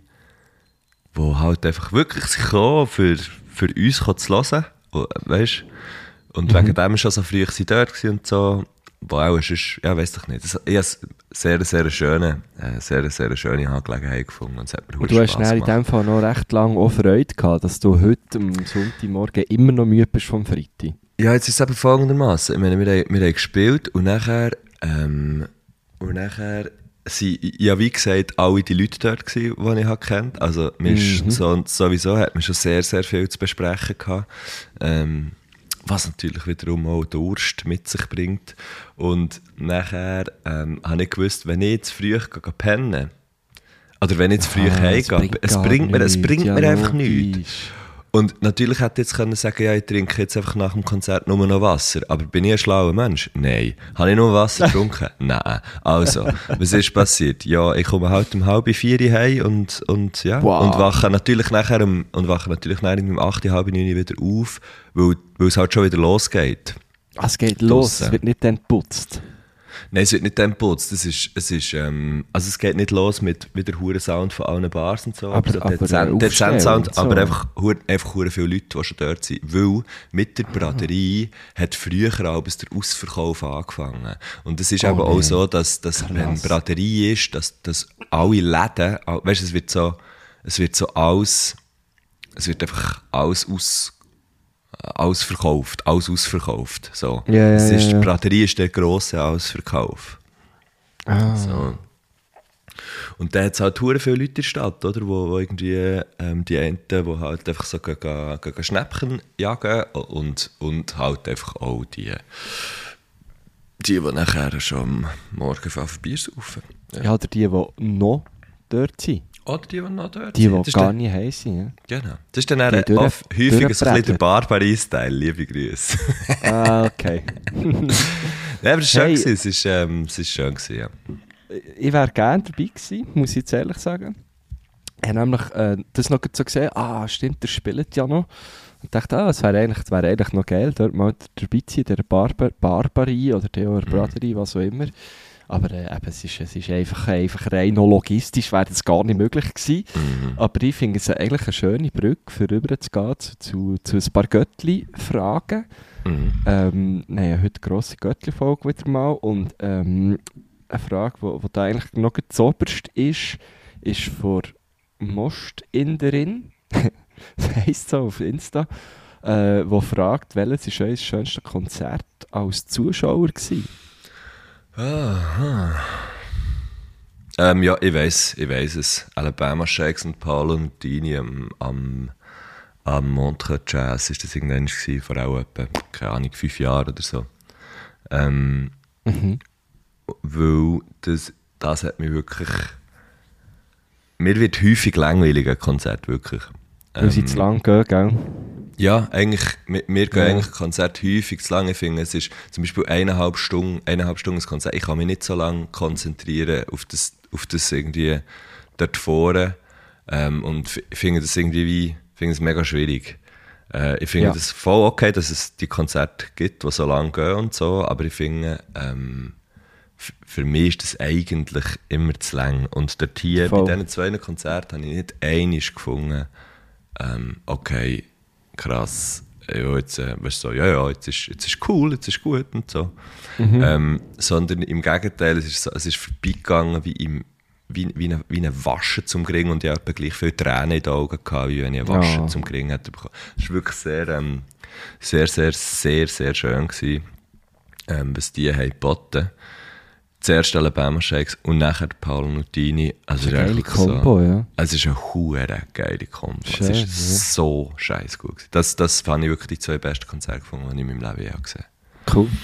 die halt einfach wirklich sich kommen, für, für uns zu hören, weißt? Und mhm. wegen dem schon so früh sie dort gewesen und so, wo auch sonst, ja, weiss doch nicht. Das, ich habe es sehr, sehr schöne, äh, sehr, sehr schöne Angelegenheit gefunden und es hat mir und du hast in dem Fall noch recht lange auch Freude gehabt, dass du heute am Sonntagmorgen immer noch müde bist vom Freitag. Ja, jetzt ist es eben folgendermaßen. Ich meine, wir, haben, wir haben gespielt und nachher, ähm, und nachher sind, ja, wie gesagt, alle die Leute dort gewesen, die ich kennt. Also, mhm. so, sowieso hat man schon sehr, sehr viel zu besprechen gehabt. Ähm, was natürlich wiederum auch Durst mit sich bringt. Und nachher ähm, habe ich gewusst, wenn ich zu früh gehe pennen, oder wenn ich zu früh heimgehe, es bringt mir, es bringt mir einfach nichts. Und natürlich hätte ich jetzt können sagen, ja, ich trinke jetzt einfach nach dem Konzert nur noch Wasser. Aber bin ich ein schlauer Mensch? Nein. Habe ich nur Wasser getrunken? Nein. Also, was ist passiert? Ja, ich komme halt um halb vier heim und, und, ja, wow. und wache natürlich nachher um, und wache natürlich nachher um acht, halb neun wieder auf, weil, weil es halt schon wieder losgeht. Ah, es geht los, es wird nicht dann geputzt. Nein, es wird nicht dann geputzt. Es ist, es ist, ähm, also es geht nicht los mit wieder hure Sound von allen Bars und so. Aber, so aber, dezent, äh, dezent Sound, so. aber einfach hure, einfach hure viele Leute, die schon dort sind. Weil mit der Braderie ah. hat früher als der Ausverkauf angefangen. Und es ist oh, eben nee. auch so, dass, dass wenn Braderie ist, dass, dass alle Läden, weißt du, es wird so, es wird so alles, es wird einfach alles aus alles verkauft, alles ausverkauft. So. Ja, ja, es ist, ja, ja. Die Braderie ist der grosse Ausverkauf. Ah. So. Und dann hat es halt verdammt viele Leute in der Stadt, oder? Wo, wo irgendwie ähm, die einen, die halt einfach so gehen, gehen, gehen Schnäppchen jagen und, und halt einfach auch die, die, die nachher schon am Morgen auf Bier saufen. Ja. ja, oder die, die noch dort sind. Oder die, die noch dort die, sind. Die, die gar nicht heiß sind. Ja. Genau. Das ist dann auch durch, oft, häufig so ein bisschen der Barbarie-Style, liebe Grüße. Ah, okay. Nein, aber es war hey, schön, es ist, ähm, es ist schön gewesen, ja. Ich wäre gerne dabei gewesen, muss ich jetzt ehrlich sagen. Ich habe nämlich äh, das noch so gesehen, ah, stimmt, der spielt ja noch. Und dachte, ah, es wäre eigentlich, wär eigentlich noch geil, dort mal dabei zu sein, der Barbar- Barbarie oder der mhm. Braderie, was auch immer. Aber äh, eben, es ist, es ist einfach, einfach rein noch logistisch, wäre das gar nicht möglich gewesen. Mhm. Aber ich finde es eigentlich eine schöne Brücke, für rüber zu gehen zu, zu, zu ein paar Göttli-Fragen. Mhm. Ähm, wir haben ja heute eine grosse Göttli-Folge wieder mal. Und ähm, eine Frage, die da eigentlich noch zuoberst ist, ist von Most-Inderin, das heisst so auf Insta, äh, die fragt, welches war euer schönstes Konzert als Zuschauer gewesen? Aha. Ähm, ja, ich weiss, ich weiss es. Alabama Shakes und Paolo Nutini am, am, am Montreux Jazz war das irgendwann gewesen, vor auch etwa, keine Ahnung, fünf Jahren oder so. Ähm, mhm. Weil das, das hat mich wirklich... Mir wird häufig langweilig ein Konzert, wirklich. Weil ähm, sie zu lang gehen, gell? Ja, eigentlich, wir, wir gehen ja. eigentlich Konzert häufig zu lange. Ich finde, es ist zum Beispiel eineinhalb Stunden, eineinhalb Stunden ein Konzert. Ich kann mich nicht so lange konzentrieren auf das, auf das irgendwie dort vorne. Ähm, und ich finde das irgendwie wie, finde es mega schwierig. Äh, ich finde es ja. voll okay, dass es die Konzerte gibt, die so lange gehen und so, aber ich finde, ähm, f- für mich ist das eigentlich immer zu lang. Und dort hier, voll. Bei diesen zwei Konzerten, habe ich nicht einmal gefunden, ähm, okay, krass, ja, jetzt, äh, weißt du, so, ja, ja, jetzt ist, jetzt ist cool, jetzt ist gut und so. Mhm. Ähm, sondern im Gegenteil, es ist, so, es ist vorbeigegangen wie, im, wie, wie, eine, wie eine Wasche zum Gring und ich hatte gleich viele Tränen in den Augen gehabt, wie wenn ich eine Wasche ja. zum Gring hätte bekommen. Es war wirklich sehr, ähm, sehr, sehr, sehr, sehr schön gewesen, ähm, was die haben geboten. Zuerst Alabama Shakes und nachher Paolo Nutini. Also das ist eine geile Kombo, so, ja. Es ist eine hure geile Kombo. Schön, es ist ja. so scheiß gut gewesen. Das, das fand ich wirklich die zwei besten Konzerte gefunden, die ich in meinem Leben gesehen habe. Cool.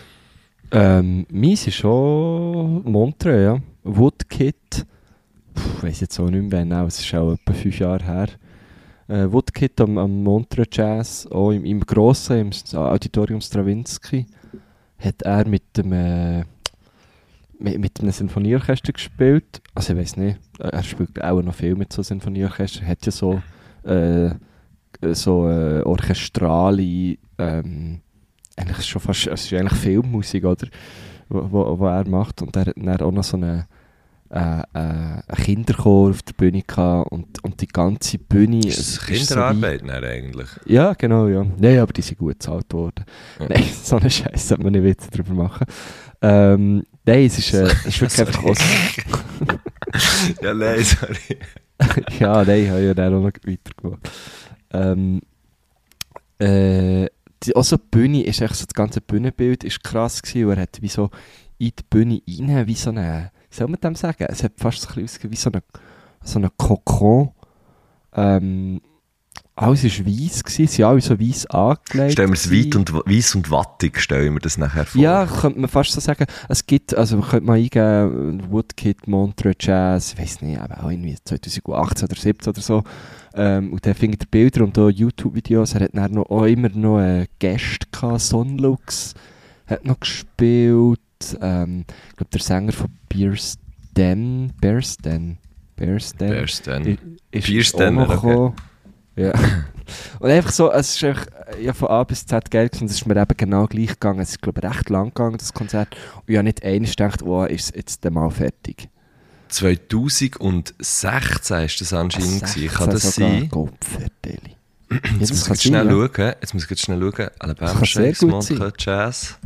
Ähm, meins ist schon Montreux, ja. Woodkid. Ich weiss jetzt auch nicht mehr genau, es ist auch etwa fünf Jahre her. Äh, Woodkid am, am Montreux Jazz, auch im, im Grossen, im Auditorium Stravinsky, hat er mit dem... Äh, Mit, mit einem Sinfonieorchester gespielt. Also ich weiss nicht, er spielt auch noch viel mit so Sinfonieorchester. Er hat ja so, äh, so äh, orchestrale ähm, eigentlich ist schon fast, es ist eigentlich Filmmusik, oder? Wo, wo, wo er macht. Und er hat dann auch noch so eine, äh, äh, einen Kinderchor auf der Bühne gehabt und, und die ganze Bühne... Ist es das Kinderarbeit so eigentlich? Ja, genau, ja. Nein, aber die sind gut bezahlt worden. Ja. Nein, so einen Scheiß sollte man nicht Witze darüber machen. Ähm, nein, es ist, äh, es ist wirklich einfach... Aus Ja, nein, sorry. ja, nein, ich habe ja dann auch noch weitergemacht. Ähm, äh, die, auch so die Bühne, ist echt so, das ganze Bühnenbild ist krass gewesen, und er hat wie so in die Bühne rein, wie so eine, wie soll man dem sagen? Es hat fast so ein bisschen ausgesehen wie so eine, so eine Kokon. Ähm, alles war weiss gewesen, sie waren alle so weiss angelegt. Stellen wir es weit und, weiss und wattig, stellen wir das nachher vor. Ja, könnte man fast so sagen. Es gibt, also man könnte mal eingeben, Woodkid, Montreux Jazz, ich weiss nicht, aber auch irgendwie zwanzig achtzehn oder siebzehn oder so. Ähm, und dann findet ihr Bilder und auch YouTube-Videos. Er hat dann noch, auch immer noch äh, Gäste gehabt, Sonlux hat noch gespielt. Ähm, ich glaube, der Sänger von Beers Den, Bears Den, Bears Den, Bears Den. i- ist Beers auch Den, noch okay. gekommen. Ja. Und einfach so, es ist einfach, ja, von A bis Z geil gewesen, und es ist mir eben genau gleich gegangen. Es ist, glaube ich, recht lang gegangen, das Konzert. Und ich habe nicht einmal gedacht, oh, ist es jetzt dann mal fertig. zweitausendsechzehn ist das anscheinend gewesen. Kann das sogar. sein? Gottverdeli. Jetzt das muss ich kann jetzt schnell sein, ja. schauen. Jetzt muss ich jetzt schnell schauen. Alabama Das kann sehr Shakes, gut sein. Montreux Jazz.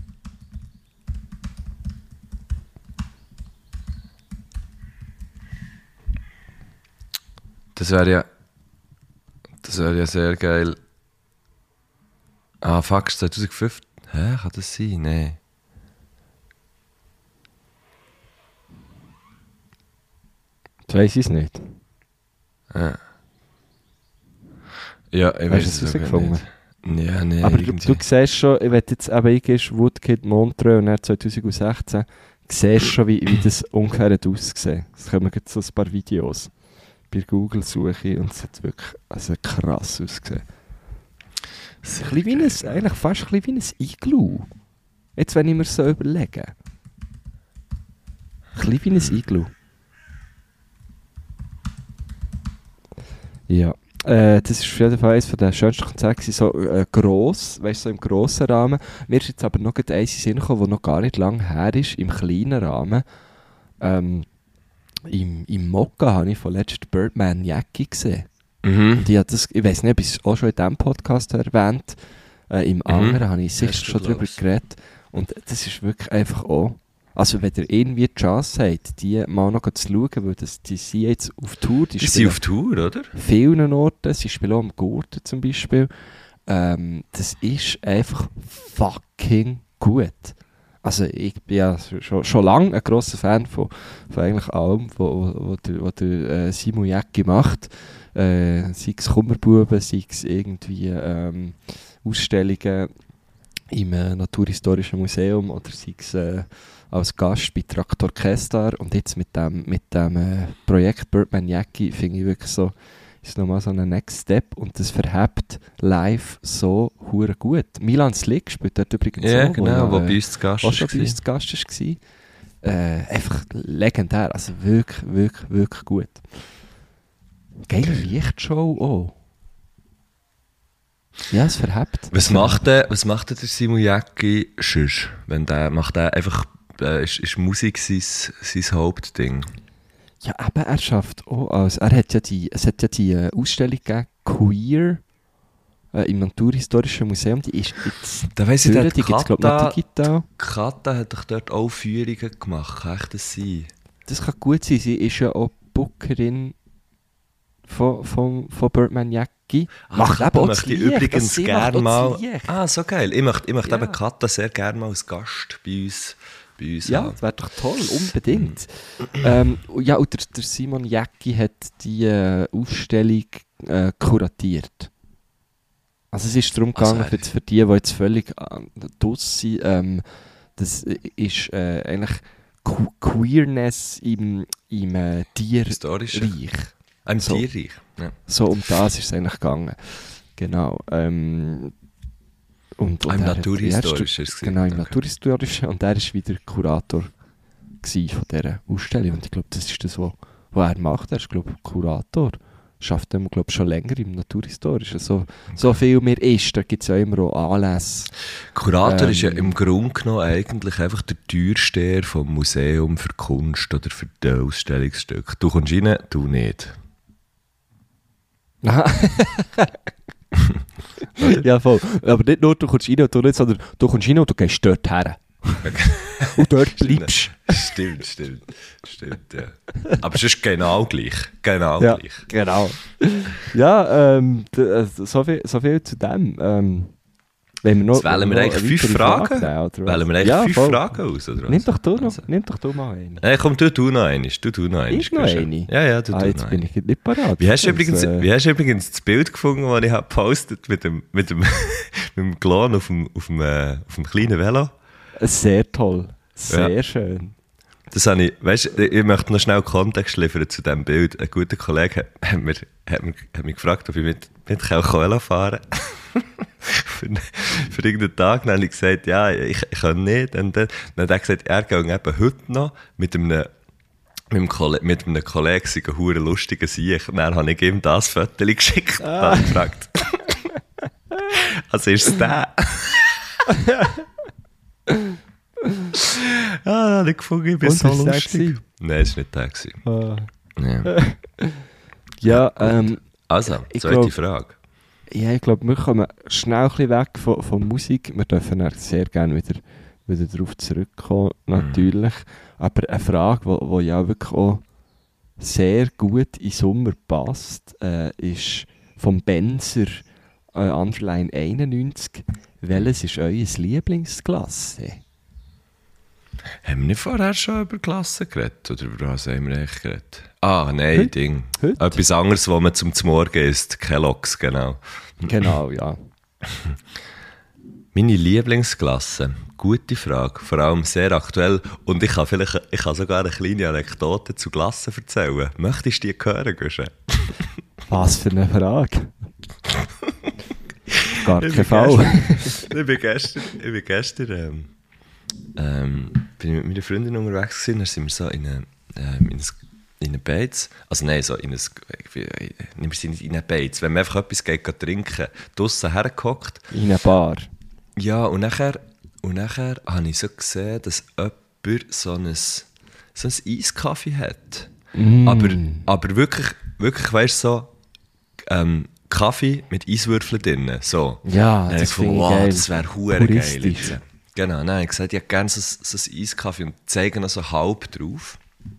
Das wäre ja... Das wäre ja sehr geil. Ah, fuck, zwanzig fünfzehn. Hä, kann das sein? Nein. Das weiss ich es nicht. Ja, ja ich Hast weiß du es es wirklich herausgefunden? nicht. Ja, nee, Aber du, irgendwie. du siehst schon, wenn du jetzt eben eingehst, Woodkid, Montreux und dann zwanzig sechzehn, siehst schon, wie, wie das ungefähr hat ausgesehen. Es kommen jetzt so ein paar Videos bei Google suche und es hat wirklich also krass ausgesehen. Sehr Ein bisschen wie geil. ein, eigentlich fast ein bisschen wie ein Igloo. Jetzt, wenn ich mir so überlege. Ein bisschen wie ein Igloo. Ja. Äh, das ist auf jeden Fall eines der schönsten Konzerte gewesen, so äh, gross, weißt du, so im grossen Rahmen. Mir ist jetzt aber noch eins in den Sinn gekommen, das noch gar nicht lange her ist, im kleinen Rahmen. Ähm, im, Im Mokka habe ich von letztem Birdman Jackie gesehen. Mhm. Und ich, habe das, ich weiss nicht, ob ich es auch schon in diesem Podcast erwähnt. Äh, Im anderen habe ich sicher Hast du, schon darüber glaubst. geredet. Und das ist wirklich einfach auch... Also wenn ihr irgendwie die Chance habt, die mal noch zu schauen, weil das, die sind jetzt auf Tour. Die Die sind spielen auf Tour, oder? an vielen Orten. Sie spielen auch am Gurten zum Beispiel. Ähm, das ist einfach fucking gut. Also ich bin ja schon, schon lange ein grosser Fan von, von eigentlich allem, was wo, wo der, wo der äh, Simon Jäcki macht. Äh, sei es Kummerbuben, sei es irgendwie ähm, Ausstellungen im äh, Naturhistorischen Museum oder sei es äh, als Gast bei Traktor Kestar. Und jetzt mit dem, mit dem äh, Projekt Birdman Jäcki finde ich wirklich so, ist nochmal so ein Next Step und das verhebt live so hure gut. Milan Slick spielt dort übrigens Ja, auch, genau, wo ja, bei uns zu Gast auch schon bei war. uns zu Gast war. Äh, einfach legendär, also wirklich, wirklich, wirklich gut. Geile Lichtshow auch. Ja, es verhebt. Was macht der, was macht der Simon Jäcki sonst? Wenn der, macht der einfach, äh, ist, ist Musik sein, sein Hauptding? Ja, aber er schafft auch als, er hat ja die, es hat ja die äh, Ausstellung gegeben, Queer, äh, im Naturhistorischen Museum, die ist jetzt Da weiss ich, durch, der die gibt es glaube ich Kata, nicht digital. Kata hat doch dort auch Führungen gemacht, kann ich das sein? Das kann gut sein, sie ist ja auch Bookerin von, von, von Birdman Jäcki. Macht Ah, eben da auch möchte das ich Licht, übrigens das sie gerne macht auch mal... das Licht. Ah, so geil. Ich möchte, ich möchte Ja. eben Kata sehr gerne mal als Gast bei uns, bei uns Ja, haben. das wäre doch toll, unbedingt. ähm, und ja, und der, der Simon Jäcki hat die äh, Ausstellung äh, kuratiert. Also es ist darum Also gegangen, er- jetzt für die, die jetzt völlig äh, draus sind, ähm, das ist äh, eigentlich Que- Queerness im, im äh, Tierreich. Historisch. Ein So. Tierreich. Ja. So um das ist es eigentlich gegangen. Genau. Ähm, und, und Im er hat- Naturhistorischen er ist ist- es Genau, im okay. Naturhistorischen. Und er war wieder Kurator gsi von dieser Ausstellung. Und ich glaube, das ist das, was was er macht. Er ist, glaube ich, Kurator schafft er, glaube ich, schon länger im Naturhistorischen. So, so viel mehr ist, da gibt es ja immer auch Anlässe. Kurator Ähm, ist ja im Grunde genommen eigentlich einfach der Türsteher vom Museum für Kunst oder für die Ausstellungsstücke. Du kommst rein, du nicht. Ja, voll. Aber nicht nur, du kommst rein und du nicht, sondern du kommst rein und du gehst dort her. Und dort bleibst. Stimmt, stimmt. Stimmt, ja. Aber es ist genau gleich. Genau Ja, gleich. genau. Ja, ähm, d- äh, so, viel, so viel zu dem. Ähm, wenn wir noch, Jetzt wählen wir noch eigentlich eine fünf weitere Fragen. Frage nehmen, oder was? Wählen wir eigentlich Ja, fünf voll. Fragen aus, oder was? Nimm doch du noch, Also. nimm doch du mal eine. Hey, komm, du, du noch eine. Du, du noch eine. Ich noch eine? Ja, ja, du, Ah, du jetzt noch bin eine. ich nicht parat. Wie hast, du Das, übrigens, äh, wie hast du übrigens das Bild gefunden, das ich habe gepostet mit dem, mit dem, mit dem Klon auf dem, auf dem, äh, auf dem kleinen Velo? Sehr toll. Sehr Ja. schön. Das habe ich, weißt, ich möchte noch schnell Kontext liefern zu diesem Bild. Ein guter Kollege hat, hat, mir, hat, mir, hat mich gefragt, ob ich mit, mit Velo fahren kann. für, für irgendeinen Tag. Dann habe ich gesagt, ja, ich, ich kann nicht. Und dann, dann hat er gesagt, er geht eben heute noch mit einem, mit einem, Kollegen, mit einem Kollegen, sei ein hure lustiger Sieg. Und dann habe ich ihm das Foto geschickt und Ah. habe gefragt. Also ist es der? Ah, da habe ich gefunden, ich bin Und so ist es der lustig. gewesen? Nein, es war nicht der. Gewesen. Ah. Ja. Ja, ähm, Also, Ich zweite glaub- Frage. ja, ich glaube, wir kommen schnell ein bisschen weg von, von Musik. Wir dürfen dann sehr gerne wieder, wieder darauf zurückkommen, natürlich. Aber eine Frage, die wo, wo ja wirklich auch sehr gut in den Sommer passt, äh, ist vom Benzer äh, Underline einundneunzig. Welches ist euer Lieblingsklasse? Haben wir nicht vorher schon über Klassen geredet? Oder über was haben wir eigentlich geredet? Ah, nein, Heute? Ding. Heute? Etwas anderes, was man zum Morgen isst. Kellogg's, genau. Genau, ja. Meine Lieblingsklasse? Gute Frage. Vor allem sehr aktuell. Und ich kann, vielleicht, ich kann sogar eine kleine Anekdote zu Klassen erzählen. Möchtest du die hören, Guschen? Was für eine Frage. Gar Ich kein bin Fall. ich bin gestern, ich bin gestern ähm, ähm, bin ich mit meiner Freundin unterwegs gewesen, dann sind wir so in eine, ähm, in ein, in eine Beiz, also nein, so in ein, wir sind nicht in eine Beiz, wenn man einfach etwas geht, geht trinken, draussen hergehockt. In einer Bar. Ja, und nachher, und nachher habe ich so gesehen, dass jemand so ein, so ein Eiskaffee hat. Mm. Aber, aber wirklich, wirklich, weißt du, so ähm, Kaffee mit Eiswürfeln drin. So. Ja, Dann habe das ich gefunden, finde ich wow, geil. das wäre hure geil. Puristisch. Jetzt. Genau, dann habe ich gesagt, ich hätte gerne so, so ein Eiskaffee und zeige noch so halb drauf.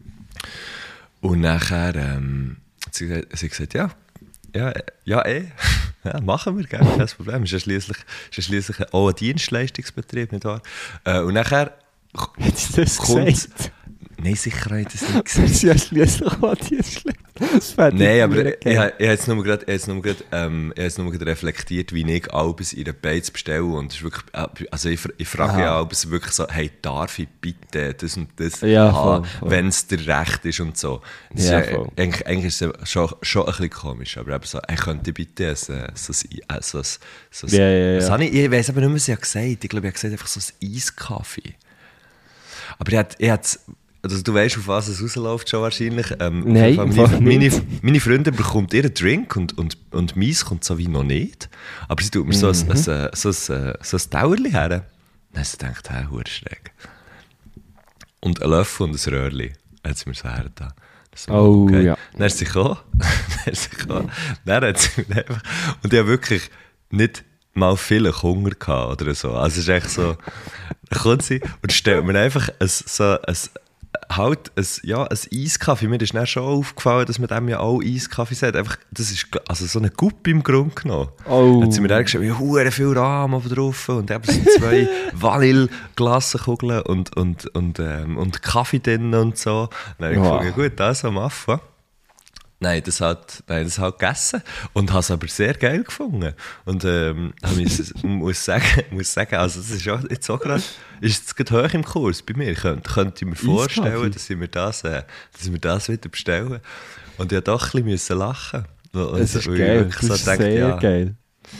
Und nachher ähm, hat sie gesagt, sie hat gesagt, ja, ja, äh, ja, eh, ja, machen wir, gell, kein Problem. Ist ja schliesslich, ist ja schliesslich auch ein Dienstleistungsbetrieb, nicht wahr? Äh, und nachher Hat sie das kommt... gesagt? Nein, sicher habe ich das nicht Das gesagt. ist ja schliesslich mal die schlecht. Das fände ich Nein, aber mega ich, ich, geil. ich habe jetzt nur gerade, ich habe jetzt nur gerade, ähm, ich habe jetzt nur gerade reflektiert, wie ich Albus in der Beiz bestelle. Und es ist wirklich, äh, also ich, ich frage Aha. ja Albus wirklich so, hey, darf ich bitte das und das Ja, haben, voll, voll. wenn es dir recht ist und so. Das Ja, ist ja, voll. eigentlich, eigentlich ist es ja schon, schon ein bisschen komisch, aber eben so, hey, könnte bitte ein, so ein, so ein, so ein, so ein Ja, ja, was ja. habe ich, ich weiss aber nicht mehr, was ich habe gesagt. Ich glaube, ich habe gesagt einfach so ein Eiskaffee. Aber ich hätte, ich hätte also du weißt, auf was es rausläuft schon wahrscheinlich. Ähm, Nein, auf jeden im Fall Fall meine, nicht. meine, meine Freundin bekommt ihren Drink und, und, und meins kommt so wie noch nicht. Aber sie tut mir so ein, Mhm. ein, ein, so ein, so ein Dauerli her. Dann habe ich gedacht, hey, hure schräg. Und ein Löffel und ein Röhrli hat sie mir so hergetan. So, Oh, ja. Dann ist sie gekommen. Dann ist sie gekommen. Dann hat sie mir einfach... Und ich habe wirklich nicht mal viel Hunger gehabt oder so. Also es ist echt so... Dann kommt sie und stellt mir einfach ein, so ein... Halt ein, ja, ein Eiskaffee. Mir ist dann schon aufgefallen, dass man dem ja auch Eiskaffee sagt. Einfach, das ist also so eine Guppe im Grunde genommen. Oh. Dann hat sie mir dann geschrieben, ja, hure viel Rahm oben drauf und eben so zwei Vanille-Glassenkugeln und, und, und, ähm, und Kaffee drin und so. Dann habe ich Wow. gefunden, gut, also am Affe. Nein, das hat, nein, das hat gegessen und habe es aber sehr geil gefunden. Und ähm, ich muss sagen, muss sagen, also das ist ja jetzt auch gerade, ist jetzt gerade hoch im Kurs bei mir. Könnt, könnte ich mir vorstellen, Eiskaffee? dass dass ich mir das, äh, dass ich mir das wieder bestellen. Und ich musste doch ein bisschen lachen. Und Das ist weil ich geil. wirklich Das so ist dachte, sehr ja, geil.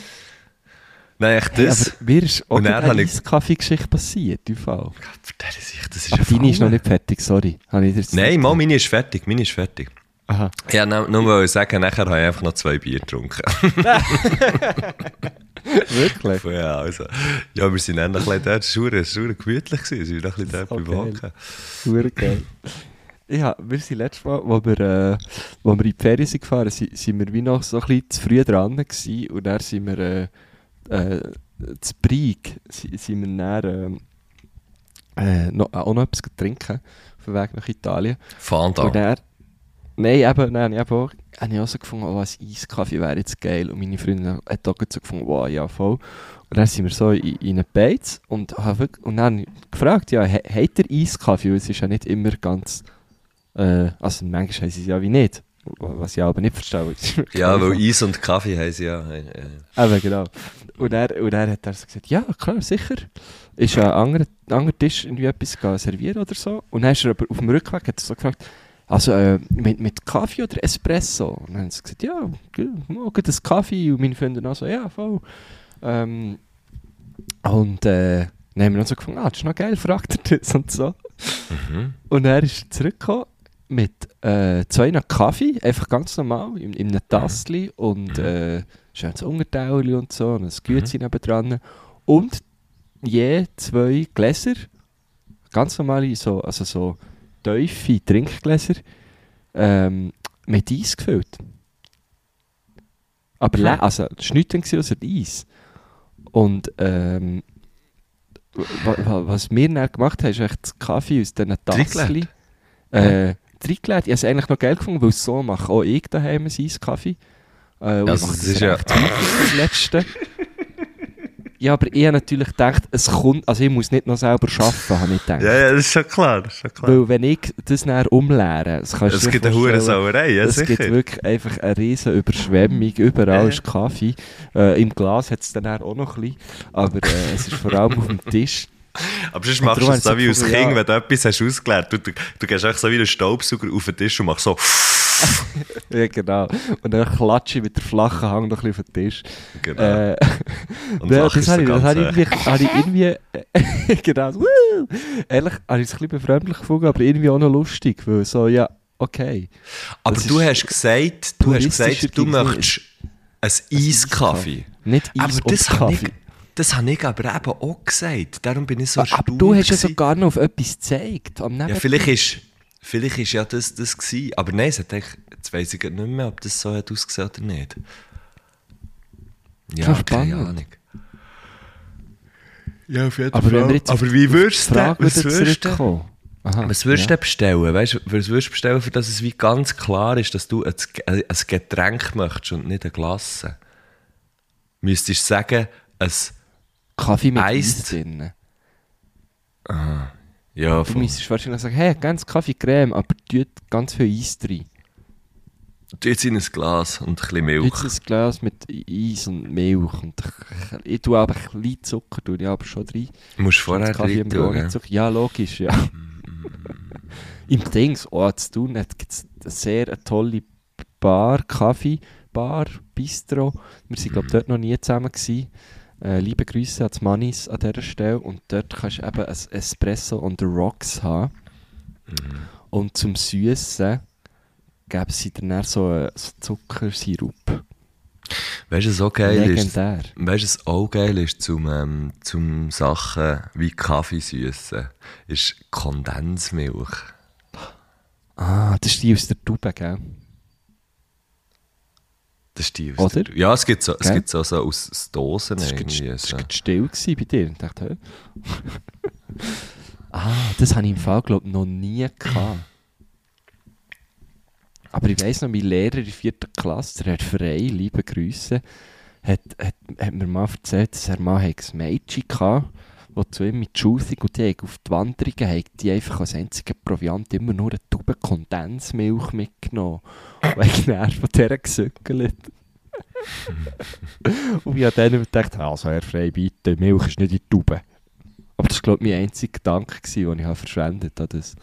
Nein, echt Hey, das. aber mir ist auch Und dann eine habe ich- Eiskaffee-Geschichte passiert, im Fall. Für diese Sicht, das ist ja Deine ist noch Fall. nicht fertig, sorry. Habe ich dir das Nein, nicht mal, gesagt? meine ist fertig, meine ist fertig. Aha. Ja, nur, nur weil ich sagen, nachher habe ich einfach noch zwei Bier getrunken. Wirklich? Ja, also, ja, wir sind dann ein bisschen dort, es war verdammt gemütlich, gewesen. Wir waren noch ein bisschen dort So beim Hocken. Super geil. Ja, wir sind letztes Mal, wo wir, äh, wo wir in die Ferien sind gefahren sind, sind wir wie noch so ein bisschen zu früh dran gewesen. Und dann sind wir äh, äh, zu Brieg, sind, sind wir dann äh, äh, noch, auch noch etwas trinken, auf dem Weg nach Italien. Fanta. Und dann, nein, eben, nein, ich habe auch, habe ich auch so gefunden, oh, ein Eiskaffee wäre jetzt geil. Und meine Freundin hat auch so gefunden, wow, ja, voll. Und dann sind wir so in, in einen Beiz und, wirklich, und dann habe ich gefragt, ja, he, hat der Eiskaffee? Weil es ist ja nicht immer ganz, äh, also manchmal heisst es ja wie nicht, was ich aber nicht verstehe. Ja, weil Eis und Kaffee heisst ja. ja. Eben, genau. Und er, und er hat er so gesagt, ja, klar, sicher. Ist ein anderer, anderer Tisch irgendwie etwas servieren oder so. Und dann ist er aber auf dem Rückweg hat er so gefragt, also äh, mit, mit Kaffee oder Espresso? Und dann haben sie gesagt, ja, morgen das Kaffee. Und meine Freunde auch so, ja, voll. Ähm, und äh, dann haben wir dann so gefunden, ah, das ist noch geil, fragt er das und so. Mhm. Und er ist zurückgekommen mit äh, zwei Kaffee, einfach ganz normal, in, in einem Tassli und äh, schönes Untertauli und so, und ein Gütchen mhm. nebendran. Und je zwei Gläser, ganz normale, so, also so tiefe Trinkgläser, ähm, mit Eis gefüllt. Aber Mhm. le- also, es war nichts außer Eis. Und ähm, wa- wa- was wir dann gemacht haben, ist echt das Kaffee aus diesen Tassli. Äh, Trinkgläser. Ich habe es eigentlich noch geil gefunden, weil es so mache auch ich daheim ein Eiskaffee. Äh, und Also, ich mache das ist ja- recht häufig, das Letzte. Ja, aber ich habe natürlich gedacht, es kommt, also ich muss nicht noch selber arbeiten, habe ich gedacht. Ja, ja, das ist schon klar. Das ist schon klar. Weil wenn ich das dann umleere, das kannst du Es dir gibt eine vorstellen, hohe Sauerei, ja, es sicher. gibt wirklich einfach eine riesen Überschwemmung, überall Ja. ist Kaffee. Äh, Im Glas hat es dann auch noch ein bisschen, aber äh, es ist vor allem auf dem Tisch. Aber sonst Und machst du darum es so habe ich wie als so Kind, gefunden, wenn du etwas hast ausgeleert. Du, du, du gehst einfach so wie ein Staubsauger auf den Tisch und machst so. Ja, genau. Und dann klatsche ich mit der flachen Hand noch ein bisschen auf den Tisch. Genau. Äh, Und ja, lachst das so habe ich, das ganz habe ich weg. irgendwie, habe ich irgendwie genau, so, woo! Ehrlich, habe ich es ein bisschen befremdlich gefunden, aber irgendwie auch noch lustig, weil so, ja, okay. Aber das du ist hast gesagt, du hast puristischer gesagt, du Dinge. möchtest ein Eiskaffee. Nicht Eis Aber und das habe ich, Kaffee. das habe ich aber eben auch gesagt. Darum bin ich so aber erstaunt du hast ja gewesen. sogar noch auf etwas gezeigt. Am Ja, vielleicht ist, vielleicht ist ja das das gewesen. Aber nein, es hat eigentlich, jetzt weiss ich gerade nicht mehr, ob das so hat ausgesehen oder nicht. Ja, Schon keine spannend. Ahnung. Ja, auf jeden Aber wenn wir jetzt auf- Aber wie auf würdest die du Frage was wieder würdest du zurückkommen? Aha, was würdest ja. du bestellen? Weißt du, was würdest du bestellen, für das es wie ganz klar ist, dass du ein, ein Getränk möchtest und nicht eine Glasse? Müsstest du sagen, ein Kaffee mit Eis. Eis drin. ja, Du von, müsstest wahrscheinlich sagen, hey, ganz Kaffee-Creme, aber tut ganz viel Eis drin. tu jetzt in ein Glas und ein bisschen Milch. Jetzt ein Glas mit Eis und Milch. Und ich, ich tue aber ein bisschen Zucker, tue ich aber schon rein. Du musst vorher Und Kaffee rein haben wir auch tun, nicht gell? Zucker. Ja, logisch, ja. Im Dings, oh, zu tun, gibt es eine sehr eine tolle Bar, Kaffee, Bar, Bistro. Wir waren, glaube ich, dort noch nie zusammen gewesen. Äh, liebe Grüße an die Mannis an dieser Stelle. Und dort kannst du eben ein Espresso on the Rocks haben. Und zum Süßen gäbe sie dann eher so einen so Zuckersirup. Weißt du, was auch geil ist? Legendär. Weißt du, was auch geil ist zum, ähm, zum Sachen wie Kaffee süßen? Ist Kondensmilch. Ah, das ist die aus der Tube, gell? Das ist die aus Oder? der- Ja, es gibt so, es Gell? gibt so, so aus, aus Dosen Das war irgendwie. gerade- das So. war gerade still gewesen bei dir. Ich dachte, hä? Ah, das habe ich im Fall, glaube ich, noch nie gehabt. Aber ich weiss noch, mein Lehrer in der vierten Klasse, der Herr Frey, liebe Grüße, hat, hat, hat mir mal erzählt, dass er mal ein Mädchen hatte, das zu ihm mit Schulzig und die haben auf die Wanderungen haben die einfach als einziger Proviant immer nur eine Tube Kondensmilch mitgenommen. Und ich dann von dieser gesückelt. Und ich habe dann immer gedacht, also Herr Frey, bitte, Milch ist nicht in die Tube. Aber das war, glaube ich, mein einziger Gedanke, gewesen, den ich habe verschwendet habe. Das.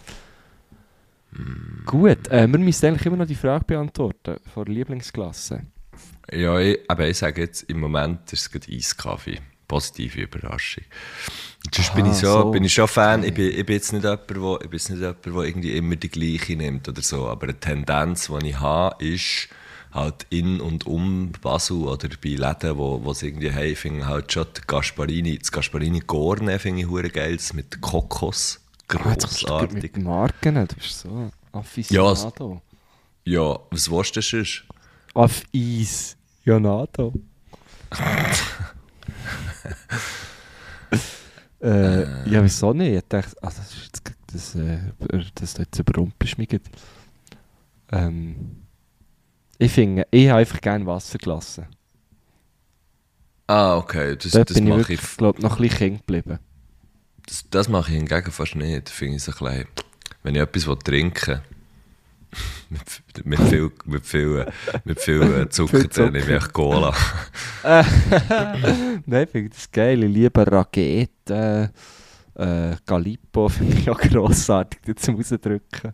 Gut, äh, wir müssen eigentlich immer noch die Frage beantworten von der Lieblingsklasse. Ja, ich, aber ich sage jetzt, im Moment ist es gerade Eiskaffee. Positive Überraschung. Sonst bin Aha, ich, so, so. bin ich schon Fan. Ich bin, ich bin jetzt nicht jemand, der, ich bin jetzt nicht jemand, der irgendwie immer die gleiche nimmt oder so. Aber eine Tendenz, die ich habe, ist halt in und um Basel oder bei Läden, wo, wo es irgendwie haben, finde ich halt schon die Gasparini, das Gasparini Gorne finde ich hure geil, das mit Kokos. Ah, jetzt kommst du gerade Grossartig. mit Marken, du bist so Afficionado. Ja, was willst du sonst? Auf Eis. Jonado. äh, ja, wieso nicht? Ich dachte, ah, das ist jetzt, das, äh, das jetzt überrumpelst mich gerade. Ähm, ich finde, ich habe einfach gerne Wasser gelassen. Ah, okay, das, Dort das bin ich mache wirklich, ich, glaube noch ein bisschen Kind geblieben. das, das mache ich hingegen fast nicht. Finde ich so ein bisschen, wenn ich etwas trinken will, mit, mit viel, mit viel, mit viel äh, Zucker, Viel Zucker. dann nehme ich Cola. Nein, ich finde das geil. Ich liebe Rakete, äh, Galippo finde ich auch grossartig, das zum Rausdrücken.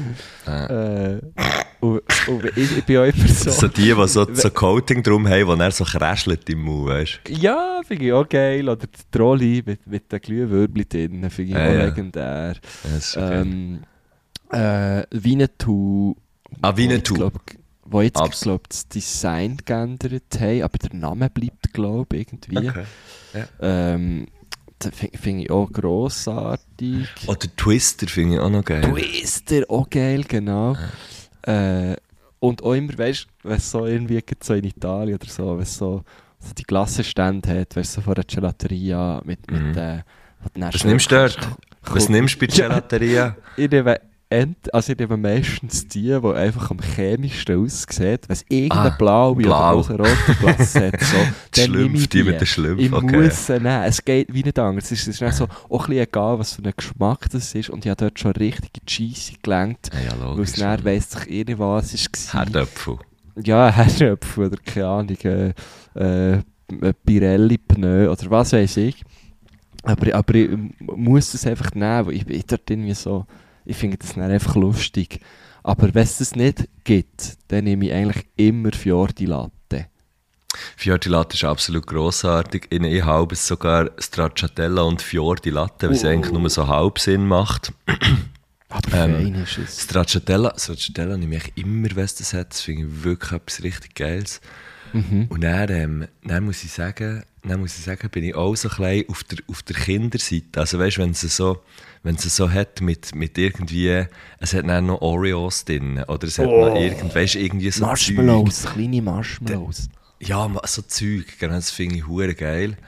äh, und, und ich, ich bin auch immer so... So die, die so, so Coating drum haben, die dann so kräschelt im Mund, weißt du? Ja, finde ich auch geil. Oder die Trolli mit, mit den Glühwürmchen drin, finde ich Ja, auch ja. legendär. Ja, das ist schon geil. Ähm, äh, Winnetou... Ah, Winnetou. Wo jetzt, glaub, wo jetzt Abs- glaub, das Design geändert haben, aber der Name bleibt, glaube ich, irgendwie. Okay. Ja. Ähm, das finde find ich auch grossartig. Oder Twister finde ich auch noch geil. Twister, auch geil, genau. Äh, und auch immer, weißt du, wenn es so irgendwie gibt, so in Italien oder so, wenn es so, so die Glassenstände hat, weißt du, so von der Gelateria mit, mit Mhm. äh, wo du dann Was schon nimmst du dort? kannst- Was Komm. nimmst du bei Gelateria? Ich nehme, ent, also ich nehme meistens die, die einfach am chemischsten aussehen. Wenn es irgendeine Ah, blaue blau. oder rote Klasse hat, so, Die dann nehme ich Schlümpf, die mit den Schlümpfen, Ich okay. muss sie nehmen. Es geht wie nicht anders. Es ist, es ist dann so, auch ein bisschen egal, was für ein Geschmack das ist. Und ich habe dort schon richtig cheesy gelangt. Ja, ja, Weil es logisch. dann weiss sich irgendwas war. Herdöpfel. Ja, Herdöpfel oder keine Ahnung, äh, äh, Pirelli-Pneu oder was weiß ich. Aber, aber ich muss das einfach nehmen, weil ich bin dort irgendwie so, ich finde das dann einfach lustig. Aber wenn es das nicht gibt, dann nehme ich eigentlich immer Fiordi Latte. Fiordi Latte ist absolut grossartig. In ich habe es sogar Stracciatella und Fiordi Latte, weil es Oh. eigentlich nur so halb Sinn macht. Aber Ähm, fein ist es. Stracciatella, Stracciatella nehme ich immer, wenn es das hat. Das finde ich wirklich etwas richtig Geiles. Mhm. Und dann, ähm, dann, muss ich sagen, dann muss ich sagen, bin ich auch so ein bisschen auf der, auf der Kinderseite. Also weißt du, wenn es so, wenn es so hat mit, mit irgendwie, es hat dann noch Oreos drin oder es hat Oh. noch irgend, weißt, du, irgendwie so Marshmallows, kleine Marshmallows. Zeug. Ja, ma- so Zeug, genau, das finde ich hure geil.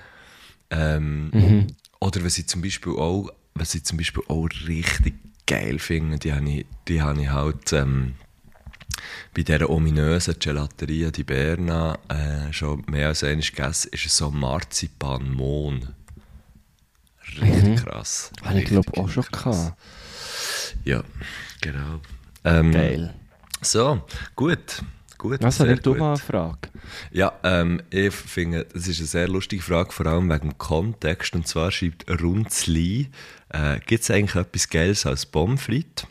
Ähm, Mhm. Oder was ich zum Beispiel auch, was ich zum Beispiel auch richtig geil finde, die habe ich, die habe ich halt ähm, bei dieser ominösen Gelateria di Berna äh, schon mehr als einmal gegessen, ist es so Marzipan-Mohn. Richtig Mhm. krass. Habe ich Richtig glaube auch schon krass. gehabt. Ja, genau. Ähm, Geil. So, gut. Gut, Also, sehr nimm du gut. mal eine Frage. Ja, ähm, ich finde, das ist eine sehr lustige Frage, vor allem wegen dem Kontext. Und zwar schreibt Runzli, äh, gibt es eigentlich etwas Geiles als Pommes frites?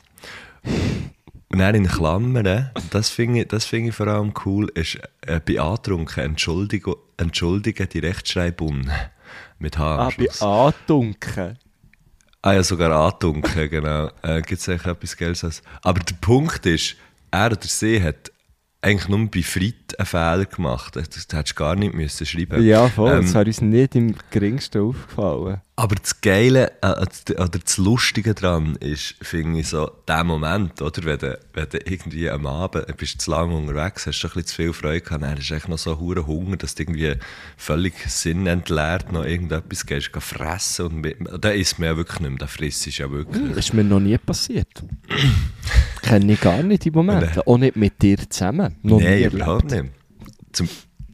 Und dann in Klammern, das finde ich, das finde ich vor allem cool, ist äh, bei Antrunken, entschuldigen, entschuldigen die Rechtschreibung mit H am Ah, bei Schluss. Antunken. Ah ja, sogar Antunken, genau. Äh, gibt es eigentlich etwas Geiles als... Aber der Punkt ist, er oder sie hat eigentlich nur bei Frit einen Fehler gemacht. Das, das hättest du gar nicht müssen schreiben. Ja, voll. Ähm, das wäre uns nicht im geringsten aufgefallen. Aber das Geile, äh, das- oder das Lustige daran ist, finde ich so, der Moment, oder, wenn du, wenn du irgendwie am Abend, du bist zu lange unterwegs, hast schon ein bisschen zu viel Freude gehabt, dann hast du echt noch so hure Hunger, dass du irgendwie völlig sinnentleert noch irgendetwas gehst, gehst fressen und mit, da isst man ja wirklich nicht mehr, da frisst ist ja wirklich nicht. Das ist mir noch nie passiert. Kenne ich gar nicht im Moment. Auch nicht mit dir zusammen. Noch nie Nein, erlebt. überhaupt nicht. Zum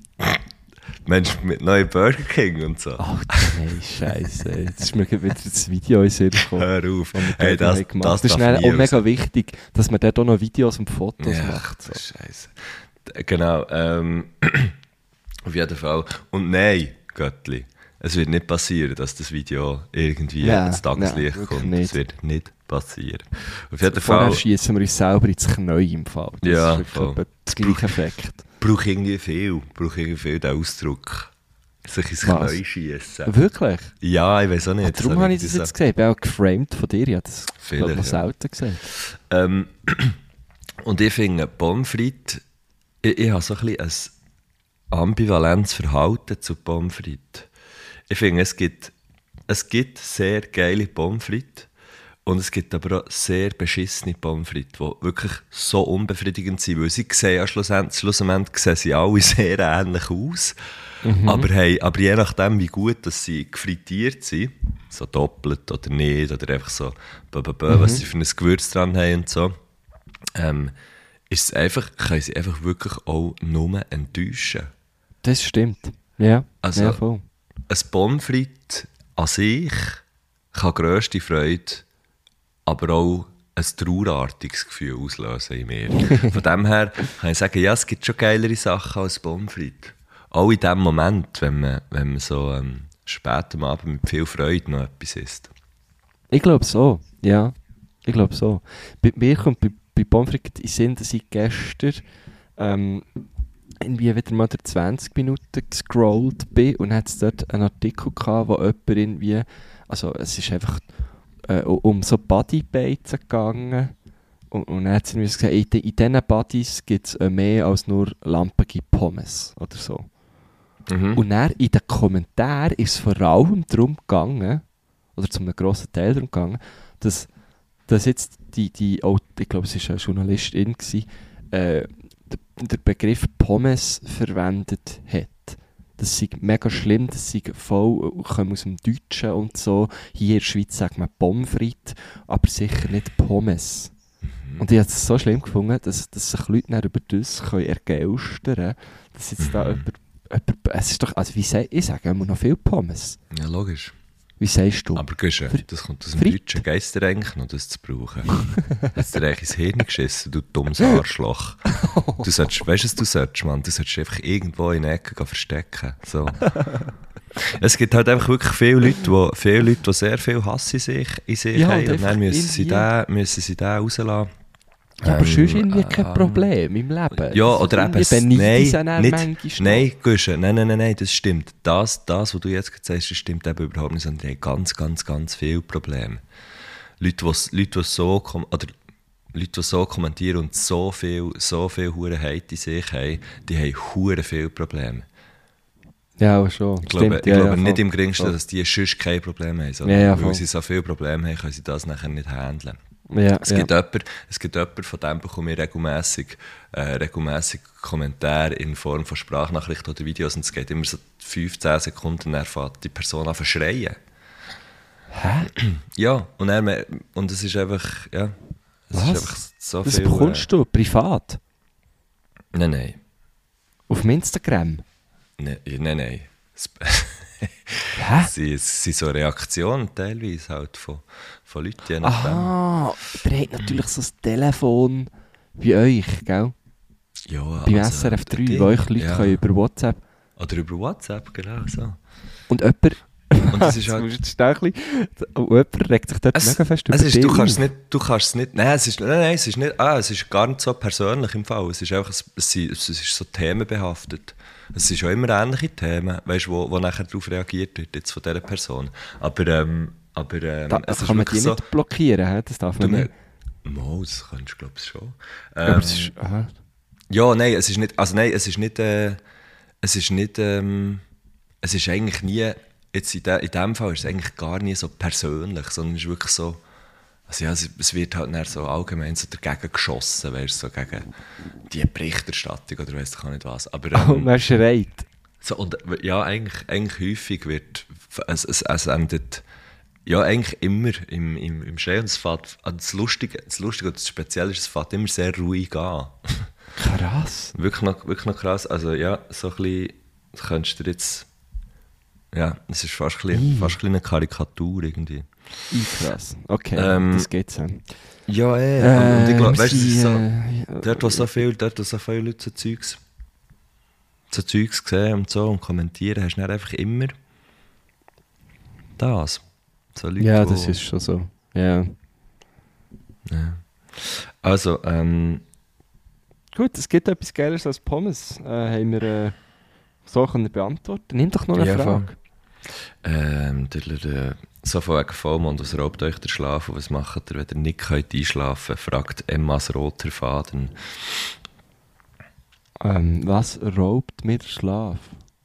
Mensch mit neuen Burger King und so. Alter, nein, Scheiße. Jetzt ist mir gerade wieder das Video in den Sinn gekommen. Hör auf. was wir Hey, dort das, haben gemacht. das, das ist darf dann nie auch mega raus. wichtig, dass man dort auch noch Videos und Fotos Ja, macht. So. Scheiße. Genau. Ähm, auf jeden Fall. Und nein, Göttli, es wird nicht passieren, dass das Video irgendwie Nein, ins Tageslicht nein, wirklich kommt. nicht. Es wird nicht passieren. Auf jeden Vorher Fall schießen wir uns selber ins Knie im Fall. Das Ja, ist wirklich voll. etwa das gleiche Effekt. brauche ich irgendwie viel. Brauche ich irgendwie viel den Ausdruck. sich ins Was? Knie schiessen. Wirklich? Ja, ich weiß auch nicht. Ah, darum habe ich das jetzt gesehen. Ich bin auch geframed von dir. Ich habe das glaub, Vielleicht, noch ja. selten gesehen. Ähm, und ich finde, Pommes frites, ich, ich habe so ein bisschen ein ambivalentes Verhalten zu Pommes frites. Ich finde, es gibt, es gibt sehr geile Pommes frites und es gibt aber auch sehr beschissene Pommes frites, die wirklich so unbefriedigend sind, weil sie sehen ja schlussendlich, schlussendlich sehen sie alle sehr ähnlich aus. Mhm. Aber, hey, aber je nachdem, wie gut dass sie gefrittiert sind, so doppelt oder nicht, oder einfach so, bö, bö, bö, mhm. was sie für ein Gewürz dran haben und so, ähm, ist es einfach, können sie einfach wirklich auch nur enttäuschen. Das stimmt. Ja, also, ja voll. Ein Pommes frites an sich kann grösste Freude, aber auch ein trauartiges Gefühl auslösen in mir. Von dem her kann ich sagen, ja, es gibt schon geilere Sachen als Pommes frites. Auch in dem Moment, wenn man, wenn man so ähm, spät am Abend mit viel Freude noch etwas isst. Ich glaube so, ja. Ich glaube so. Bei mir kommt bei, bei Pommes frites in den Sinn, dass ich gestern ähm, irgendwie wieder mal durch zwanzig Minuten gescrollt bin und hat es dort einen Artikel gehabt, wo jemand irgendwie, also es ist einfach äh, um so Bodybeizen gegangen und, und dann hat sie gesagt, in, de, in diesen Buddies gibt es äh, mehr als nur lampige Pommes oder so. Mhm. Und dann in den Kommentaren ist es vor allem darum gegangen, oder zu einem grossen Teil darum gegangen, dass, dass jetzt die, die oh, ich glaube es war eine Journalistin, gewesen, äh, der Begriff Pommes verwendet hat. Das ist mega schlimm, das ist voll, kommen aus dem Deutschen und so. Hier in der Schweiz sagt man Pommes frites, aber sicher nicht Pommes. Mhm. Und ich habe es so schlimm gefunden, dass, dass sich Leute dann über das ergelstern können, dass jetzt mhm. da jemand, jemand, es ist doch, also wie sag, ich sage immer noch viel Pommes. Ja, logisch. Wie sagst du? Aber Güsche, das kommt aus dem Frit? Deutschen Geister eigentlich noch, das zu brauchen. Hast du dir eigentlich ins Hirn geschissen, du dummes Arschloch. Du solltest, weißt du, was du solltest, Mann? Du solltest einfach irgendwo in der Ecke verstecken. So. Es gibt halt einfach wirklich viele Leute, die, viele Leute, die sehr viel Hass in sich, in sich ja, haben. Und dann müssen sie, den, müssen sie den rauslassen. Ja, aber ähm, sonst irgendwie kein äh, Problem im Leben. Ja, oder eben, nein, nicht, nein, Guschen, nein, nein, nein, nein, das stimmt. Das, das, was du jetzt gesagt hast, das stimmt eben überhaupt nicht, sondern die haben ganz, ganz, ganz viele Probleme. Leute, die, Leute, die so, oder Leute, die so kommentieren und so viel, so viel hure Hate in sich haben, die haben hure viele Probleme. Ja, aber schon. Ich glaube, stimmt, ich ja, glaube ja, nicht voll. im geringsten, voll. dass die sonst keine Probleme haben, sondern ja, ja, weil sie so viele Probleme haben, können sie das nachher nicht handeln. Ja, es, ja. gibt jemanden, es gibt jemanden, von dem bekomme ich regelmässig, äh, regelmässig Kommentare in Form von Sprachnachrichten oder Videos und es geht immer so fünfzehn Sekunden, dann fängt die Person an zu schreien. Hä? Ja, und, dann, und es ist einfach, ja, es Was? ist einfach so das viel... bekommst äh, du privat? Nein, nein. Auf dem Instagram? Nein, nein, nein. Hä? Es sind, es sind so Reaktionen teilweise halt von, von Leuten, je nachdem. Aha, ihr habt natürlich so ein Telefon bei euch, gell? Ja, beim also, S R F drei, Ding, wo euch Leute ja. können über WhatsApp... Oder über WhatsApp, genau so. Und jemand... Und das ist halt... Jetzt ein bisschen, und jemand regt sich dort Es, mega fest über es ist, dich du kannst es auf. nicht, du kannst es nicht, nein, es ist, nein, nein, es ist nicht, ah, es ist gar nicht so persönlich im Fall. Es ist einfach, es, es, es ist so themenbehaftet. Es sind schon immer ähnliche Themen, weißt, wo, wo nachher darauf reagiert wird, jetzt von dieser Person. Aber, ähm, aber, ähm, Da, es ist kann man die wirklich so, nicht blockieren, he? Das darf man du, nicht. Mo, das kannst du, glaube ich, schon. Ja, aber Ähm, es ist, aha. ja, nein, es ist nicht, also nein, es ist nicht, äh, es ist nicht, ähm, es ist eigentlich nie, jetzt in, de, in dem Fall ist es eigentlich gar nie so persönlich, sondern es ist wirklich so, also ja, es, es wird halt dann so allgemein so dagegen geschossen, weißt du, so gegen die Berichterstattung oder weiss ich auch nicht was. Aber, ähm, Oh, man schreit. so, und, ja, eigentlich, eigentlich häufig wird, es, es, es endet, ja, eigentlich immer im, im, im Schreien. Und es fährt, also das Lustige, das Lustige und das Spezielle ist, es fährt immer sehr ruhig an. Krass. Wirklich noch, wirklich noch krass. Also ja, so ein bisschen, das könntest du dir jetzt, ja, es ist fast ein bisschen, Mm. fast ein bisschen eine Karikatur irgendwie. I, krass. Okay, Ähm, das geht's dann. Ja, eh. und, und ich glaube, Ähm, weißt du, es ist so, äh, dort, wo so viel, dort, wo so viele Leute so Zeugs, so Zeugs sehen und so und kommentieren, hast du dann einfach immer das. So Leute, ja, wo- das ist schon so. Ja. Ja. Also, ähm, Gut, es gibt etwas Geiles als Pommes. Äh, haben wir äh, so können beantworten. Nimm doch noch eine Ja, Frage. Ähm, der, der, so von wegen Vollmond, was raubt euch der Schlaf und was macht ihr, wenn ihr nicht könnt einschlafen könnt, fragt Emmas roter Faden. Ähm, was raubt mir den Schlaf?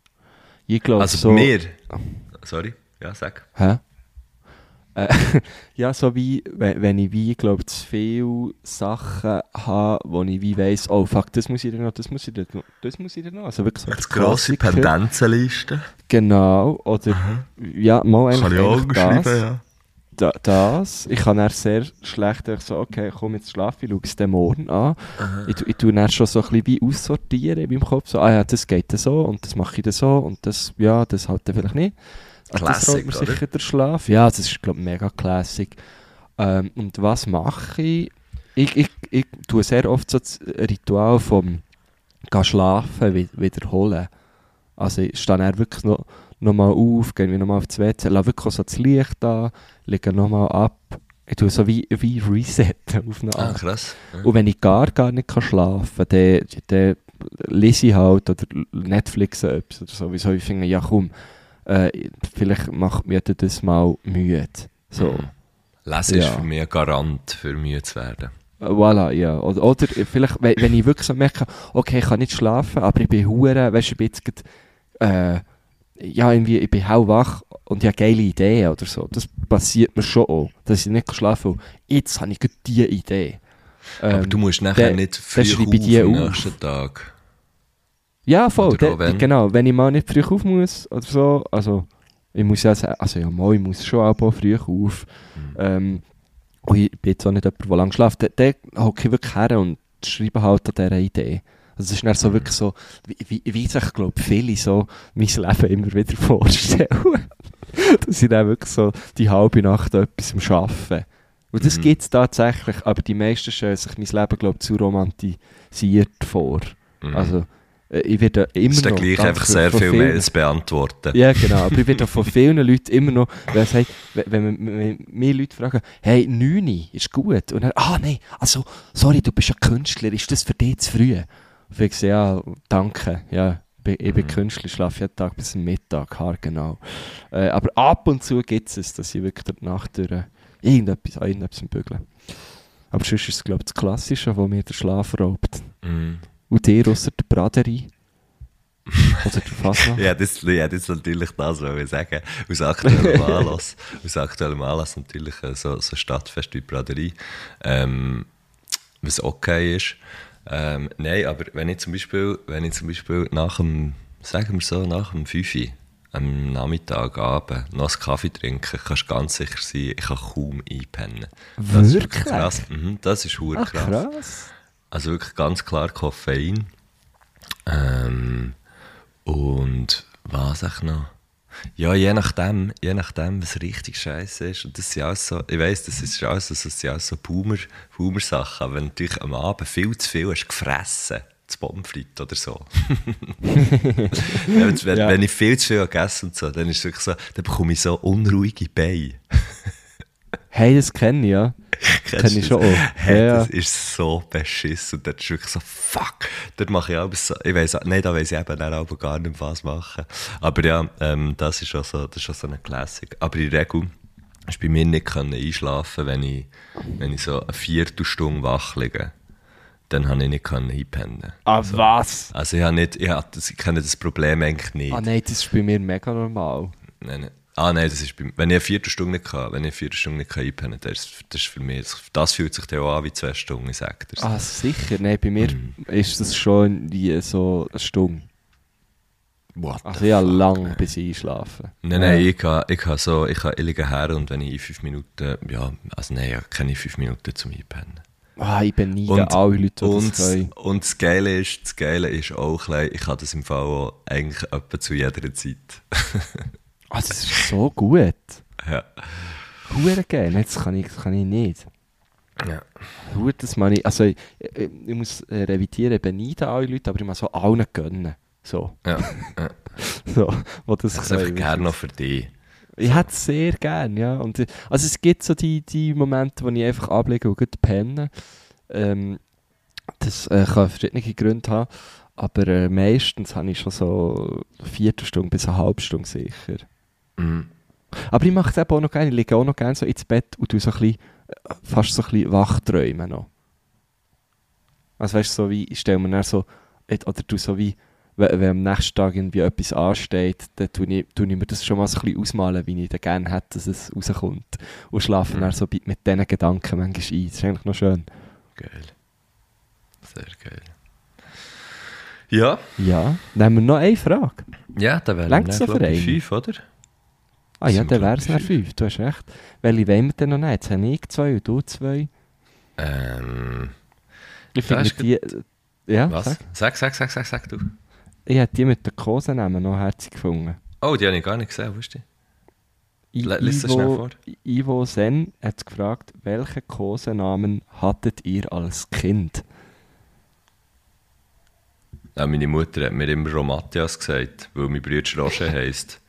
Ich glaube Also so... mir... Sorry, ja, sag. Hä? Äh, ja, so wie, wenn, wenn ich wie, glaube zu viele Sachen habe, wo ich wie weiss, oh fuck, das muss ich dir noch, das muss ich dir noch, das muss ich dir noch. Also wirklich so Als grosse Klassiker. Pendenzenliste. Genau, oder ja, mal eigentlich, Kann ich auch eigentlich schreiben, das, ja. da, das. Ich kann dann sehr schlecht einfach so, okay, komm jetzt schlafen, ich schaue es den morgen an. Ich, tu- ich tue dann schon so ein bisschen wie aussortieren in meinem Kopf, so, ah ja, das geht dann so und das mache ich dann so und das, ja, das halt dann vielleicht nicht. Also das Classic, raubt mir oder? sicher der Schlaf. Ja, das ist, glaube ich, mega Classic. Ähm, und was mache ich? Ich, ich? ich tue sehr oft so das Ritual vom «Geh schlafen» wi- wiederholen. Also ich stehe dann wirklich noch, noch mal auf, gehe noch mal auf das W C, lasse wirklich auch so das Licht an, lege noch mal ab. Ich tue so wie, wie resetten auf eine Ah, Art. krass. Ja. Und wenn ich gar, gar nicht kann schlafen kann, dann, dann lese ich halt oder Netflix etwas oder so. Wieso ich finde, ja komm, äh, vielleicht macht mir das mal müde. So. Mhm. Lesen ist Ja. für mich ein Garant, für müde zu werden. Äh, Voilà, ja. Oder, oder vielleicht, wenn, wenn ich wirklich so merke, okay, ich kann nicht schlafen, aber ich bin hure, weißt du, ich bin jetzt grad, äh, ja, irgendwie, ich bin hellwach und ich habe geile Ideen oder so. Das passiert mir schon auch, dass ich nicht schlafen kann. Jetzt habe ich gerade diese Idee. Aber Ähm, du musst nachher dann- nicht früh dann auf schreibe ich die am auf. nächsten Tag. Ja, voll. Oder auch De, wenn. genau, wenn ich mal nicht früh auf muss oder so, also ich muss ja sagen, also ja mal, ich muss schon auch früh auf. Mhm. Ähm, und ich bin jetzt auch nicht jemand, der lange schläft. Dann, dann hocke ich wirklich her und schreibe halt an dieser Idee. Also es ist dann so Mhm. wirklich so, wie, wie, wie sich, glaube viele so mein Leben immer wieder vorstellen. Dass ich dann wirklich so die halbe Nacht an etwas arbeite. Und das Mhm. gibt es tatsächlich, aber die meisten stellen sich mein Leben, glaube ich, zu romantisiert vor. Mhm. Also, äh, ich werde immer Du musst dann noch... gleich dank einfach von- sehr von viele vielen- Mails beantworten. Ja, genau. Aber ich werde von vielen Leuten immer noch... Wenn, sagt, wenn, wenn, wenn mir Leute fragen, hey, neun ist gut. Und dann, ah nein, also, sorry, du bist ja Künstler, ist das für dich zu früh? Und ich sage, ja, danke, ja. Ich bin, ich bin Mhm. Künstler, ich schlafe jeden Tag bis zum Mittag, haargenau. Äh, aber ab und zu gibt es, dass ich wirklich durch die Nacht durch äh, irgendetwas, an irgendetwas bügeln. Aber sonst ist es, glaube ich, das Klassische, was mir den Schlaf raubt. Mhm. Und dir, ausser der Braderie. Oder der Fasnacht. Ja, das, ja, das ist natürlich das, was ich sagen. Aus aktuellem Anlass. Aus aktuellem Anlass natürlich äh, so, so Stadtfest wie Braderie. Ähm, was okay ist. Ähm, nein, aber wenn ich zum Beispiel, wenn ich zum Beispiel nach dem, sagen wir so, nach dem fünf Uhr am Nachmittag, Abend noch einen Kaffee trinken, kannst du ganz sicher sein, ich kann kaum einpennen. Das ist wirklich krass. Mhm, das ist hure Ach, krass. krass. Also wirklich ganz klar Koffein. Ähm, und was auch noch? Ja, je nachdem, je nachdem, was richtig scheiße ist. Und das sind alles so, ich weiss, das ist alles so, das sind alles so Boomer, Boomer-Sachen. Aber wenn du natürlich am Abend viel zu viel hast gefressen, das Pommes frites oder so. Ja, wenn, Ja. wenn ich viel zu viel habe gegessen und so, dann ist es wirklich so, dann bekomme ich so unruhige Beine. Hey, das kenne ich, ja. Kennst Kenn du ich das? schon auch. Hey, Ja, das ja. ist so beschissen. Und dann ist wirklich so, fuck. Dort mache ich auch so, ich weiss, nein, da weiss ich eben dann auch gar nicht, was machen. Aber ja, ähm, das ist schon so, das ist schon so eine Classic. Aber in der Regel ist bei mir nicht können einschlafen, wenn ich, wenn ich so eine Viertelstunde wach liege. Dann habe ich nicht können einpennen. Ah, was? Also ich habe nicht, ich, habe das, ich kenne das Problem eigentlich nicht. Ah nein, das ist bei mir mega normal. Nein, nein. Ah nein, das ist bei, wenn ich eine Viertelstunde nicht kann, wenn ich eine Viertelstunde nicht kann einpennen kann, das, ist- das ist für mich, das, das fühlt sich dann auch an wie zwei Stunden, ich sage dir. Ah, sicher. Nein, bei mir Mhm. ist das schon wie so eine Stunde. What Also the ich habe fuck, lang man. bis einschlafen. Nein, nein, ich, kann, ich, kann so, ich, kann, ich liege her und wenn ich in fünf Minuten, ja, also nein, ich habe keine fünf Minuten zum Einpennen. Ah, ich beneide Und- alle Leute, die Und, das können. und das Geile ist, das Geile ist auch, ein bisschen, ich kann das im Fall auch eigentlich etwa zu jeder Zeit. Ah, das ist so gut. Ja. Hure geil. Nein, das kann ich, das kann ich nicht. Ja. Hure, das meine ich, also ich, ich, ich muss äh, revidieren, ich beneide alle Leute, aber ich muss so allen gönnen. So. Ja. Ja. So, wo das Das ist einfach können. gerne noch für dich. Ich hätte es sehr gerne, ja. Und, äh, also es gibt so die, die Momente, wo ich einfach ablege und gut penne. Ähm, das äh, kann verschiedene Gründe haben. aber äh, meistens habe ich schon so eine Viertelstunde bis eine halbe Stunde sicher. Mhm. Aber ich mache es eben auch noch gerne, ich liege auch noch gerne so ins Bett und tue so ein bisschen, äh, fast so ein bisschen Wachträumen noch. Also weißt du, so wie, ich stelle mir dann so, oder du so wie, wenn, wenn am nächsten Tag irgendwie etwas ansteht, dann tue ich, tue ich mir das schon mal so ein bisschen ausmalen, wie ich dann gerne hätte, dass es rauskommt. Und schlafe Mhm. dann so mit diesen Gedanken manchmal ein. Das ist eigentlich noch schön. Geil. Sehr geil. Ja. Ja, dann haben wir noch eine Frage. Ja, dann wären Längt's wir noch dann, für glaub ich, eine? fünf, oder? Ah ja, Sind dann wir wäre es bei nach fünf? fünf, du hast recht. Welche wollen wir denn noch nicht? Jetzt habe ich zwei und du zwei. Ähm, Ich Da finde ist die... Ja, was? sag. Sag, sag, sag, sag, sag du. Ich habe die mit den Kosenamen noch herzig gefunden. Oh, die habe ich gar nicht gesehen, wusste ich? I- Le- lies das schnell Ivo- vor. Ivo Sen hat gefragt, welche Kosenamen hattet ihr als Kind? Ja, meine Mutter hat mir immer Romatias gesagt, weil mein Bruder Roger heisst.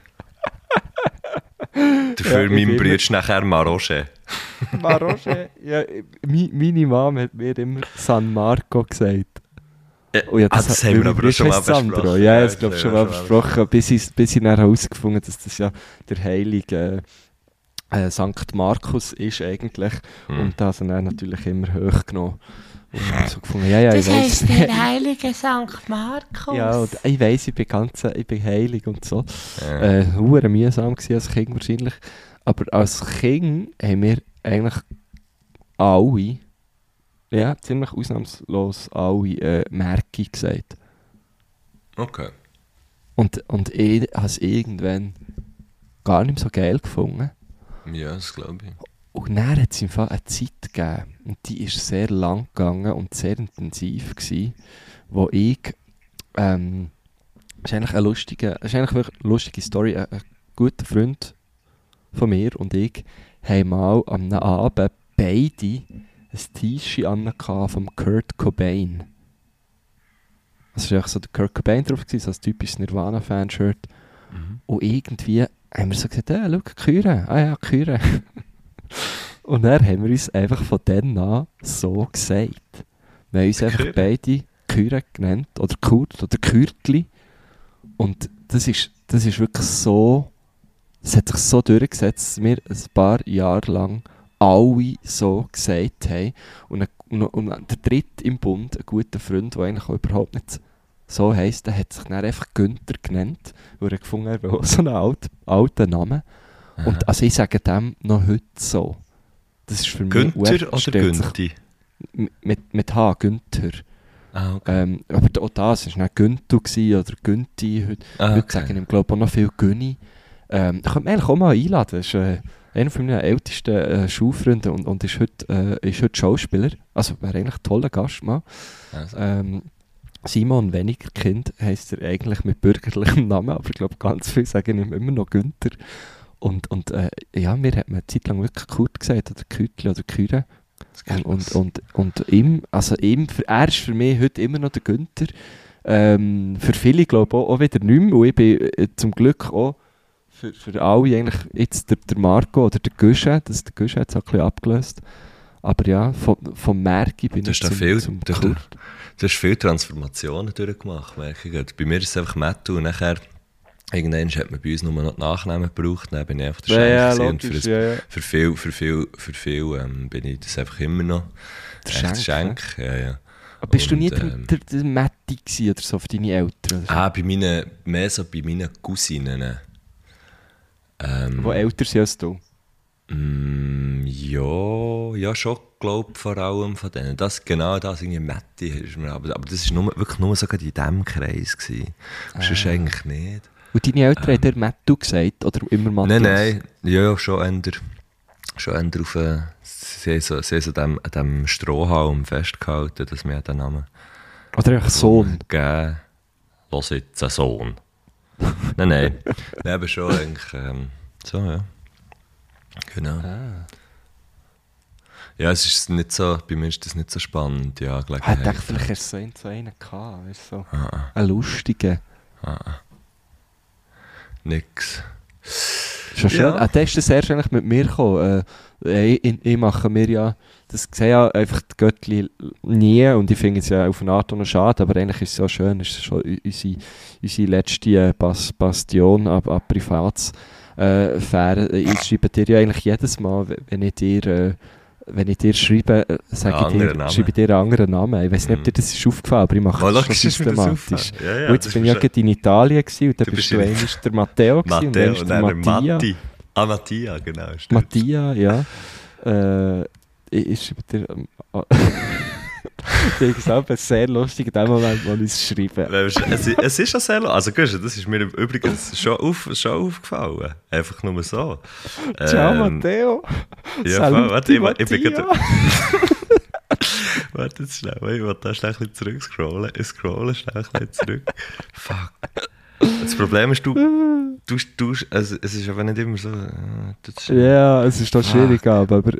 Dafür Ja, mein ich bin Bruder nachher Maroche. Maroche? Ja, mi, meine Mom hat mir immer San Marco gesagt. Ja, Oh ja, ah, das haben weil wir mein aber Bruder schon mal heisst Sandro. besprochen. Ja, das das glaube ich haben schon wir mal besprochen, bis ich, bis ich dann herausgefunden habe, dass das ja der heilige äh, Sankt Markus ist eigentlich. Hm. Und das habe ich dann natürlich immer hochgenommen. Und dann so gefunden, ja, ja, ich Das weiss. heisst der heilige Sankt Markus. Ja, und ich weiss, ich bin ganz, ich bin heilig und so. Ja. Äh, hure mühsam gewesen als Kind wahrscheinlich. Aber als Kind haben wir eigentlich alle, ja, ziemlich ausnahmslos alle äh, Merki gesagt. Okay. Und, und ich habe es irgendwann gar nicht mehr so geil gefunden. Ja, das glaube ich. Und dann hat es im Fall eine Zeit gegeben, und die ist sehr lang gegangen und sehr intensiv gewesen, wo ich, ähm, das ist eigentlich eine lustige, das ist eigentlich wirklich eine lustige Story, ein, ein guter Freund von mir und ich haben mal am Abend beide ein T-Shirt angehabt vom Kurt Cobain. Das war so der Kurt Cobain drauf, gewesen, so ein typisches Nirvana-Fanshirt. Mhm. Und irgendwie haben wir so gesagt, äh, schau, Küre, ah ja, Küre. Und dann haben wir uns einfach von dann an so gesagt. Wir haben uns einfach Küre? beide Küre genannt, oder Kurt, oder Kürtli. Und das ist, das ist wirklich so, es hat sich so durchgesetzt, dass wir ein paar Jahre lang alle so gesagt haben. Und, ein, und, und der dritte im Bund, ein guter Freund, der eigentlich auch überhaupt nicht so heisst, der hat sich dann einfach Günther genannt, weil er gefunden hat, auch so einen alt, alten Namen. Aha. Und also ich sage dem noch heute so. Das ist für mich... Günther oder stellt sich- Günti? M- Mit, mit H, Günther. Ah, okay. Ähm, aber auch das war nicht Günther gewesen oder Günti. Heute, Ah, heute sagen ihm, glaube ich, auch noch viel Günni. Ähm, da könnte man eigentlich auch mal einladen. Das ist äh, einer von meinen ältesten äh, Schulfreunden und, und ist, heute, äh, ist heute Schauspieler. Also wäre eigentlich ein toller Gast mal. Also. Ähm, Simon Wenigerkind heisst er eigentlich mit bürgerlichem Namen, aber ich glaube, ganz viele sagen ihm immer noch Günther. Und, und äh, ja, mir hat man eine Zeit lang wirklich Kurt gesagt, oder Kütli oder Küre. Und, und, und, und ihm, also ihm, für, er ist für mich heute immer noch der Günther. Ähm, für viele, glaube ich, auch, auch wieder nicht mehr. Und ich bin äh, zum Glück auch für, für alle eigentlich jetzt der, der Marco oder der Guschen. Das, der Guschen hat es auch ein bisschen abgelöst. Aber ja, vom, vom Merki bin Du ich hast da zum, viel- zum du hast Kurt. Du hast viele Transformationen durchgemacht, merke ich gerade. Bei mir ist es einfach Metal und nachher irgendwann hat man bei uns nur noch die Nachnamen gebraucht, dann bin ich einfach der Ja, ja, Schenk gewesen. logisch, und für, ja, ja. das, für viel, für viel, für viel ähm, bin ich das einfach immer noch. Der Echt Schenk, Schenk, ja, ja. Aber bist du nie Und, der, ähm, der, der Matti gewesen oder so für deine Eltern? Oder so? Ah, bei meinen, mehr so bei meinen Cousinen. Ähm, Die älter sind als du? Mm, ja, ja, schon, glaube ich, vor allem von denen. Das, genau das, irgendwie Matti, ist mir, aber, aber das war nur, wirklich nur sogar in diesem Kreis. Gewesen. Ah. Sonst eigentlich nicht. Und deine Eltern haben dir Mattu gesagt? Oder immer Matthias? Nein, nein, ja, ja, schon eher, schon eher auf, äh, sie haben so, sie haben so dem, an dem Strohhalm festgehalten, dass wir den Namen Oder einfach Sohn? gegeben. Los jetzt, ein Sohn. nein, nein, nein, aber schon eigentlich, ähm, so, ja. Genau. Ah. Ja, es ist nicht so, bei mir ist das nicht so spannend, ja, Ich Gelegenheit. dachte, vielleicht hast du so einen, so einen gehabt. Weißt, du, so. Ah, ah, Einen lustigen. ah, ah. Nix. Schon schön. Ja. Ah, der ist das erst eigentlich mit mir gekommen. Äh, ich, ich, ich mache mir ja, das sehe ja einfach die Göttli nie und ich finde es ja auf eine Art auch noch schade, aber eigentlich ist es so schön, es ist schon u- unsere, unsere letzte äh, Bas, Bastion ab, ab Privatsphäre. Äh, Fähre. ich schreibe dir ja eigentlich jedes Mal, w- wenn ich dir, äh, wenn ich dir schreibe, äh, sage ich anderen dir, Namen. schreibe ich dir einen anderen Namen. Ich weiß nicht, ob Mhm. dir das ist aufgefallen, aber ich mache Mal das logisch schon ist mir das systematisch. aufgefallen. Ja, ja, und jetzt das bin ich ja ist gerade in Italien gewesen, und dann Du bist bist du in- einmal der Matteo gewesen, Matteo und dann und ist der dann der Mattia. Matti. Ah, Mattia, genau. Stimmt. Mattia, ja. Äh, ich, ich schreibe dir... Ähm, ah, ich finde es auch sehr lustig in dem Moment, wo ich es schreibe. Weißt du, Es, es ist schon sehr lustig. Also, Guschen, das ist mir übrigens schon, auf, schon aufgefallen. Einfach nur so. Ciao Ähm, Matteo. Ja, Saluti, voll. Warte, ich, ich bin Mattia. gerade... Warte jetzt schnell, ich will da schnell ein bisschen zurück scrollen. Ich scrolle schnell ein bisschen zurück. Fuck. Das Problem ist, du... du, du also, es ist aber nicht immer so... äh, das ist- Ja, es ist doch schwierig, Ah. aber... aber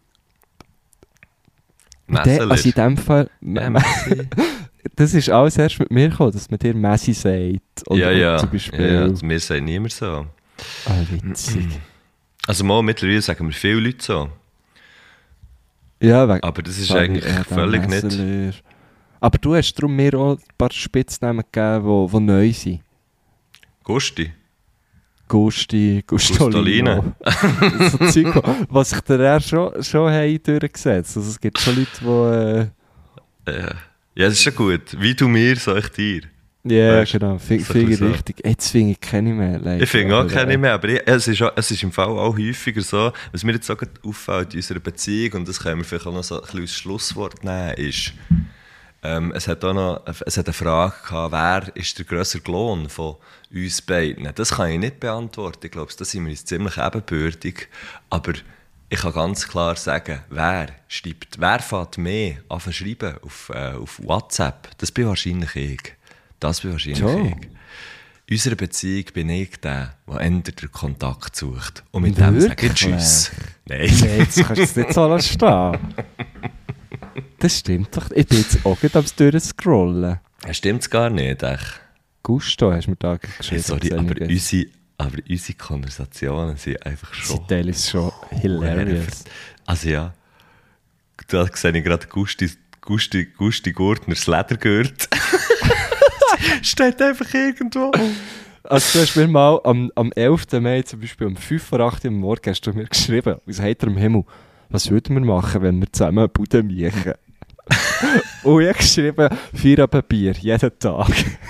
der, Messeler. also in dem Fall... Ja, Messi. das ist alles erst mit mir gekommen, dass man dir Messi sagt. Oder ja, ja. zum Beispiel... ja, ja. Wir sagen niemand so. Ah, witzig. Also mal mittlerweile sagen wir viele Leute so. Ja, wegen... Aber das ist Sorry, eigentlich ja, der völlig nicht... Messeler. Aber du hast darum mir auch ein paar Spitznamen gegeben, die neu sind. Gusti. Gusti, Gustolino. so Zeug, was sich da eher schon, schon haben durchgesetzt. Also es gibt schon Leute, Ja. ja, das ist schon gut. Wie du mir, so ich dir. die... Äh, ja, Weißt, genau. Finde so find ich so. richtig. Jetzt finde ich keine mehr. Leider. Ich finde auch Aber, keine äh, mehr, aber ich, es, ist auch, es ist im Fall auch häufiger so, was mir jetzt auch gerade auffällt in unserer Beziehung, und das können wir vielleicht auch noch so ein bisschen als Schlusswort nehmen, ist, ähm, es hat auch noch es hat eine Frage gehabt, wer ist der grössere Lohn von uns beiden? Das kann ich nicht beantworten, ich glaube, da sind wir uns ziemlich ebenbürtig, aber ich kann ganz klar sagen, wer schreibt, wer fährt mehr an zu schreiben auf, äh, auf WhatsApp? Das bin wahrscheinlich ich. Das bin wahrscheinlich Schon. ich. In unserer Beziehung bin ich der, der eher den Kontakt sucht. Und mit dem sage ich Wirklich? Tschüss. Nein. Nee, jetzt kannst du es nicht so lassen stehen. Das stimmt doch. Ich bin jetzt auch gerade am Durchscrollen. Stimmt's gar nicht, echt. Gusto hast du mir da geschrieben. Hey, sorry, sehe aber ich. unsere, aber unsere Konversationen sind einfach schon... Sie teilen es schon hilarious. Also ja, da sehe ich gerade Gusti, Gusti, Gusti Gurtners Ledergurt. Steht einfach irgendwo. Also du hast mir mal am, am elften Mai, zum Beispiel um fünf vor acht Uhr am Morgen, hast du mir geschrieben, aus heiterem Himmel, was würden wir machen, wenn wir zusammen eine Bude miechen? Und ich habe geschrieben, Feierabendbier, jeden Tag.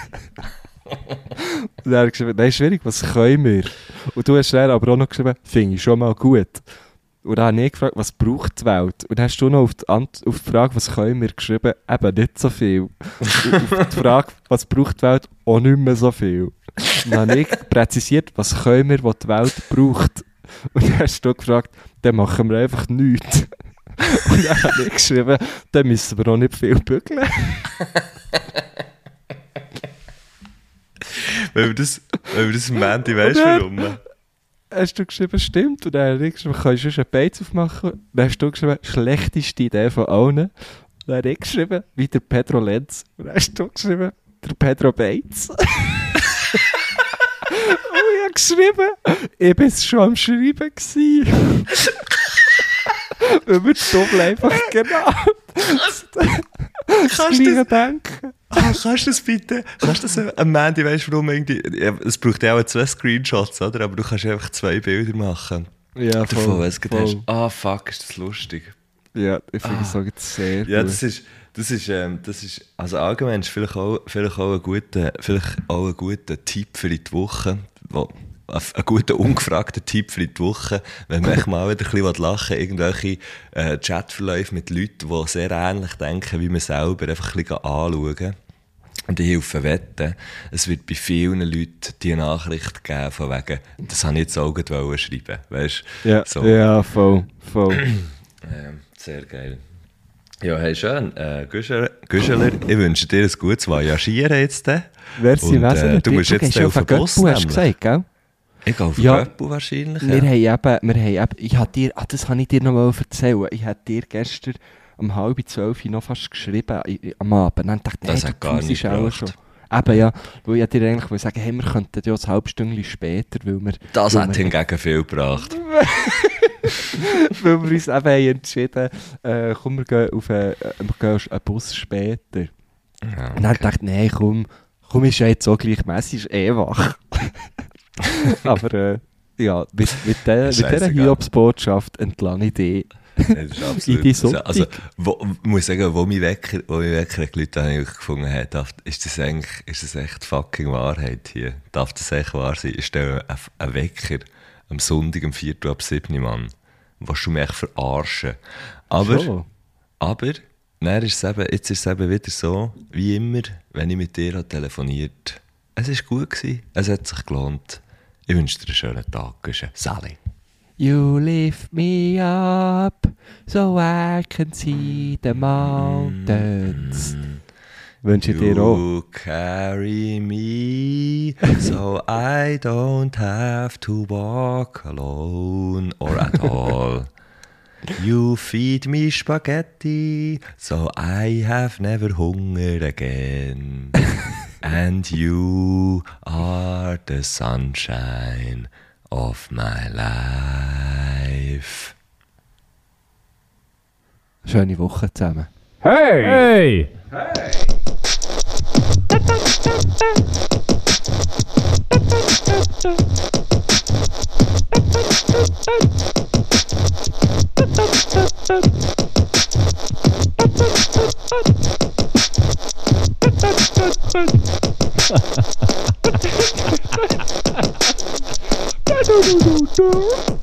Und er hat geschrieben, nein, schwierig, was können wir? Und du hast dann aber auch noch geschrieben, finde ich schon mal gut. Und dann habe ich gefragt, was braucht die Welt? Und dann hast du noch auf die, Ant- auf die Frage, was können wir, geschrieben, eben nicht so viel. Und auf die Frage, was braucht die Welt, auch nicht mehr so viel. Und dann habe ich präzisiert, was können wir, was die Welt braucht. Und dann hast du gefragt, dann machen wir einfach nichts. Und dann habe ich geschrieben, dann müssen wir auch nicht viel bügeln. Wenn wir das, wenn wir das im Mandy, weißt du Und warum? Hast du geschrieben, stimmt. Und dann habe ich geschrieben, kannst du schon einen Beiz aufmachen? Dann hast du geschrieben, schlechteste Idee von allen. Und dann habe ich geschrieben, wie der Pedro Lenz. Und dann hast du geschrieben, der Pedro Beiz. Und ich habe geschrieben, ich war schon am Schreiben gewesen. Wenn wir die Doppel einfach genau das Kannst du Gleiche das, denken. ah, kannst du das bitte, kannst du das am Mandy, weißt du warum irgendwie, ja, es braucht ja auch zwei Screenshots, oder? Aber du kannst einfach zwei Bilder machen. Ja, Davon, was du hast. voll. Ah, fuck, ist das lustig. Ja, ich finde es Ah. ah. sehr Ja, gut. das ist, das ist, ähm, das ist, also allgemein ist vielleicht auch, vielleicht auch ein guter, vielleicht auch ein guter Tipp für die Woche, wo, ein, ein guter ungefragter Tipp für die Woche, wenn man echt mal wieder ein bisschen lachen will, irgendwelche äh, Chatverläufe mit Leuten, die sehr ähnlich denken wie man selber, einfach ein bisschen anschauen. Und ich helfe wetten, es wird bei vielen Leuten die Nachricht geben, von wegen, das habe ich jetzt auch gerade wollen schreiben, weißt du? Ja, So. ja, voll, voll. Ähm, sehr geil. Ja, hey, schön. Äh, Güscheler, Güscheler, ich wünsche dir ein gutes Voyagieren jetzt. Äh. Merci, Und, äh, Messeler. du musst jetzt gehst auf auf den den Bus Göppel, hast du nämlich. gesagt, gell? Ich gehe auf den Ja. Göppel wahrscheinlich. Wir Ja. haben eben, wir haben eben, ich habe dir, ah, das habe ich dir noch mal erzählen. Ich habe dir gestern um halb zwölf noch fast geschrieben, i- i- am Abend. Dann dachte ich, Das nee, hat du gar pausest nicht auch gebracht. schon. Eben ja, weil ich dir eigentlich will sagen, hey, wir könnten ja ein halbes Stündchen später, weil wir... Das weil hat wir- hingegen viel gebracht. weil wir uns eben haben entschieden, äh, komm, wir gehen auf einen, äh, wir gehen einen Bus später. Ja, Und dann dachte ich, nein, komm, komm, ist ja jetzt so gleich, Messi ist eh wach. Aber äh, ja, mit, mit, der, mit dieser Scheissegal. Hiobsbotschaft entlasse ich dich. Nein, das ist absolut. In die Sonntag. Also, wo, ich muss sagen, wo mein Wecker, wo mein Wecker die Leute eigentlich gefunden hat, darf, ist das eigentlich, ist das echt fucking Wahrheit hier? Darf das echt wahr sein? Ich stelle einen, einen Wecker am Sonntag um vier Uhr ab sieben, Mann. Willst du mich echt verarschen? Aber, Schon. aber, dann ist es eben, jetzt ist es eben wieder so, wie immer, wenn ich mit dir habe telefoniert. Es war gut gewesen, es hat sich gelohnt. Ich wünsche dir einen schönen Tag, Guschen. Sally. You lift me up so I can see the mountains. Wünsche ich dir auch. You carry me so I don't have to walk alone or at all. You feed me spaghetti so I have never hunger again. And you are the sunshine of my life. Schöne Woche zusammen. Hey! Hey!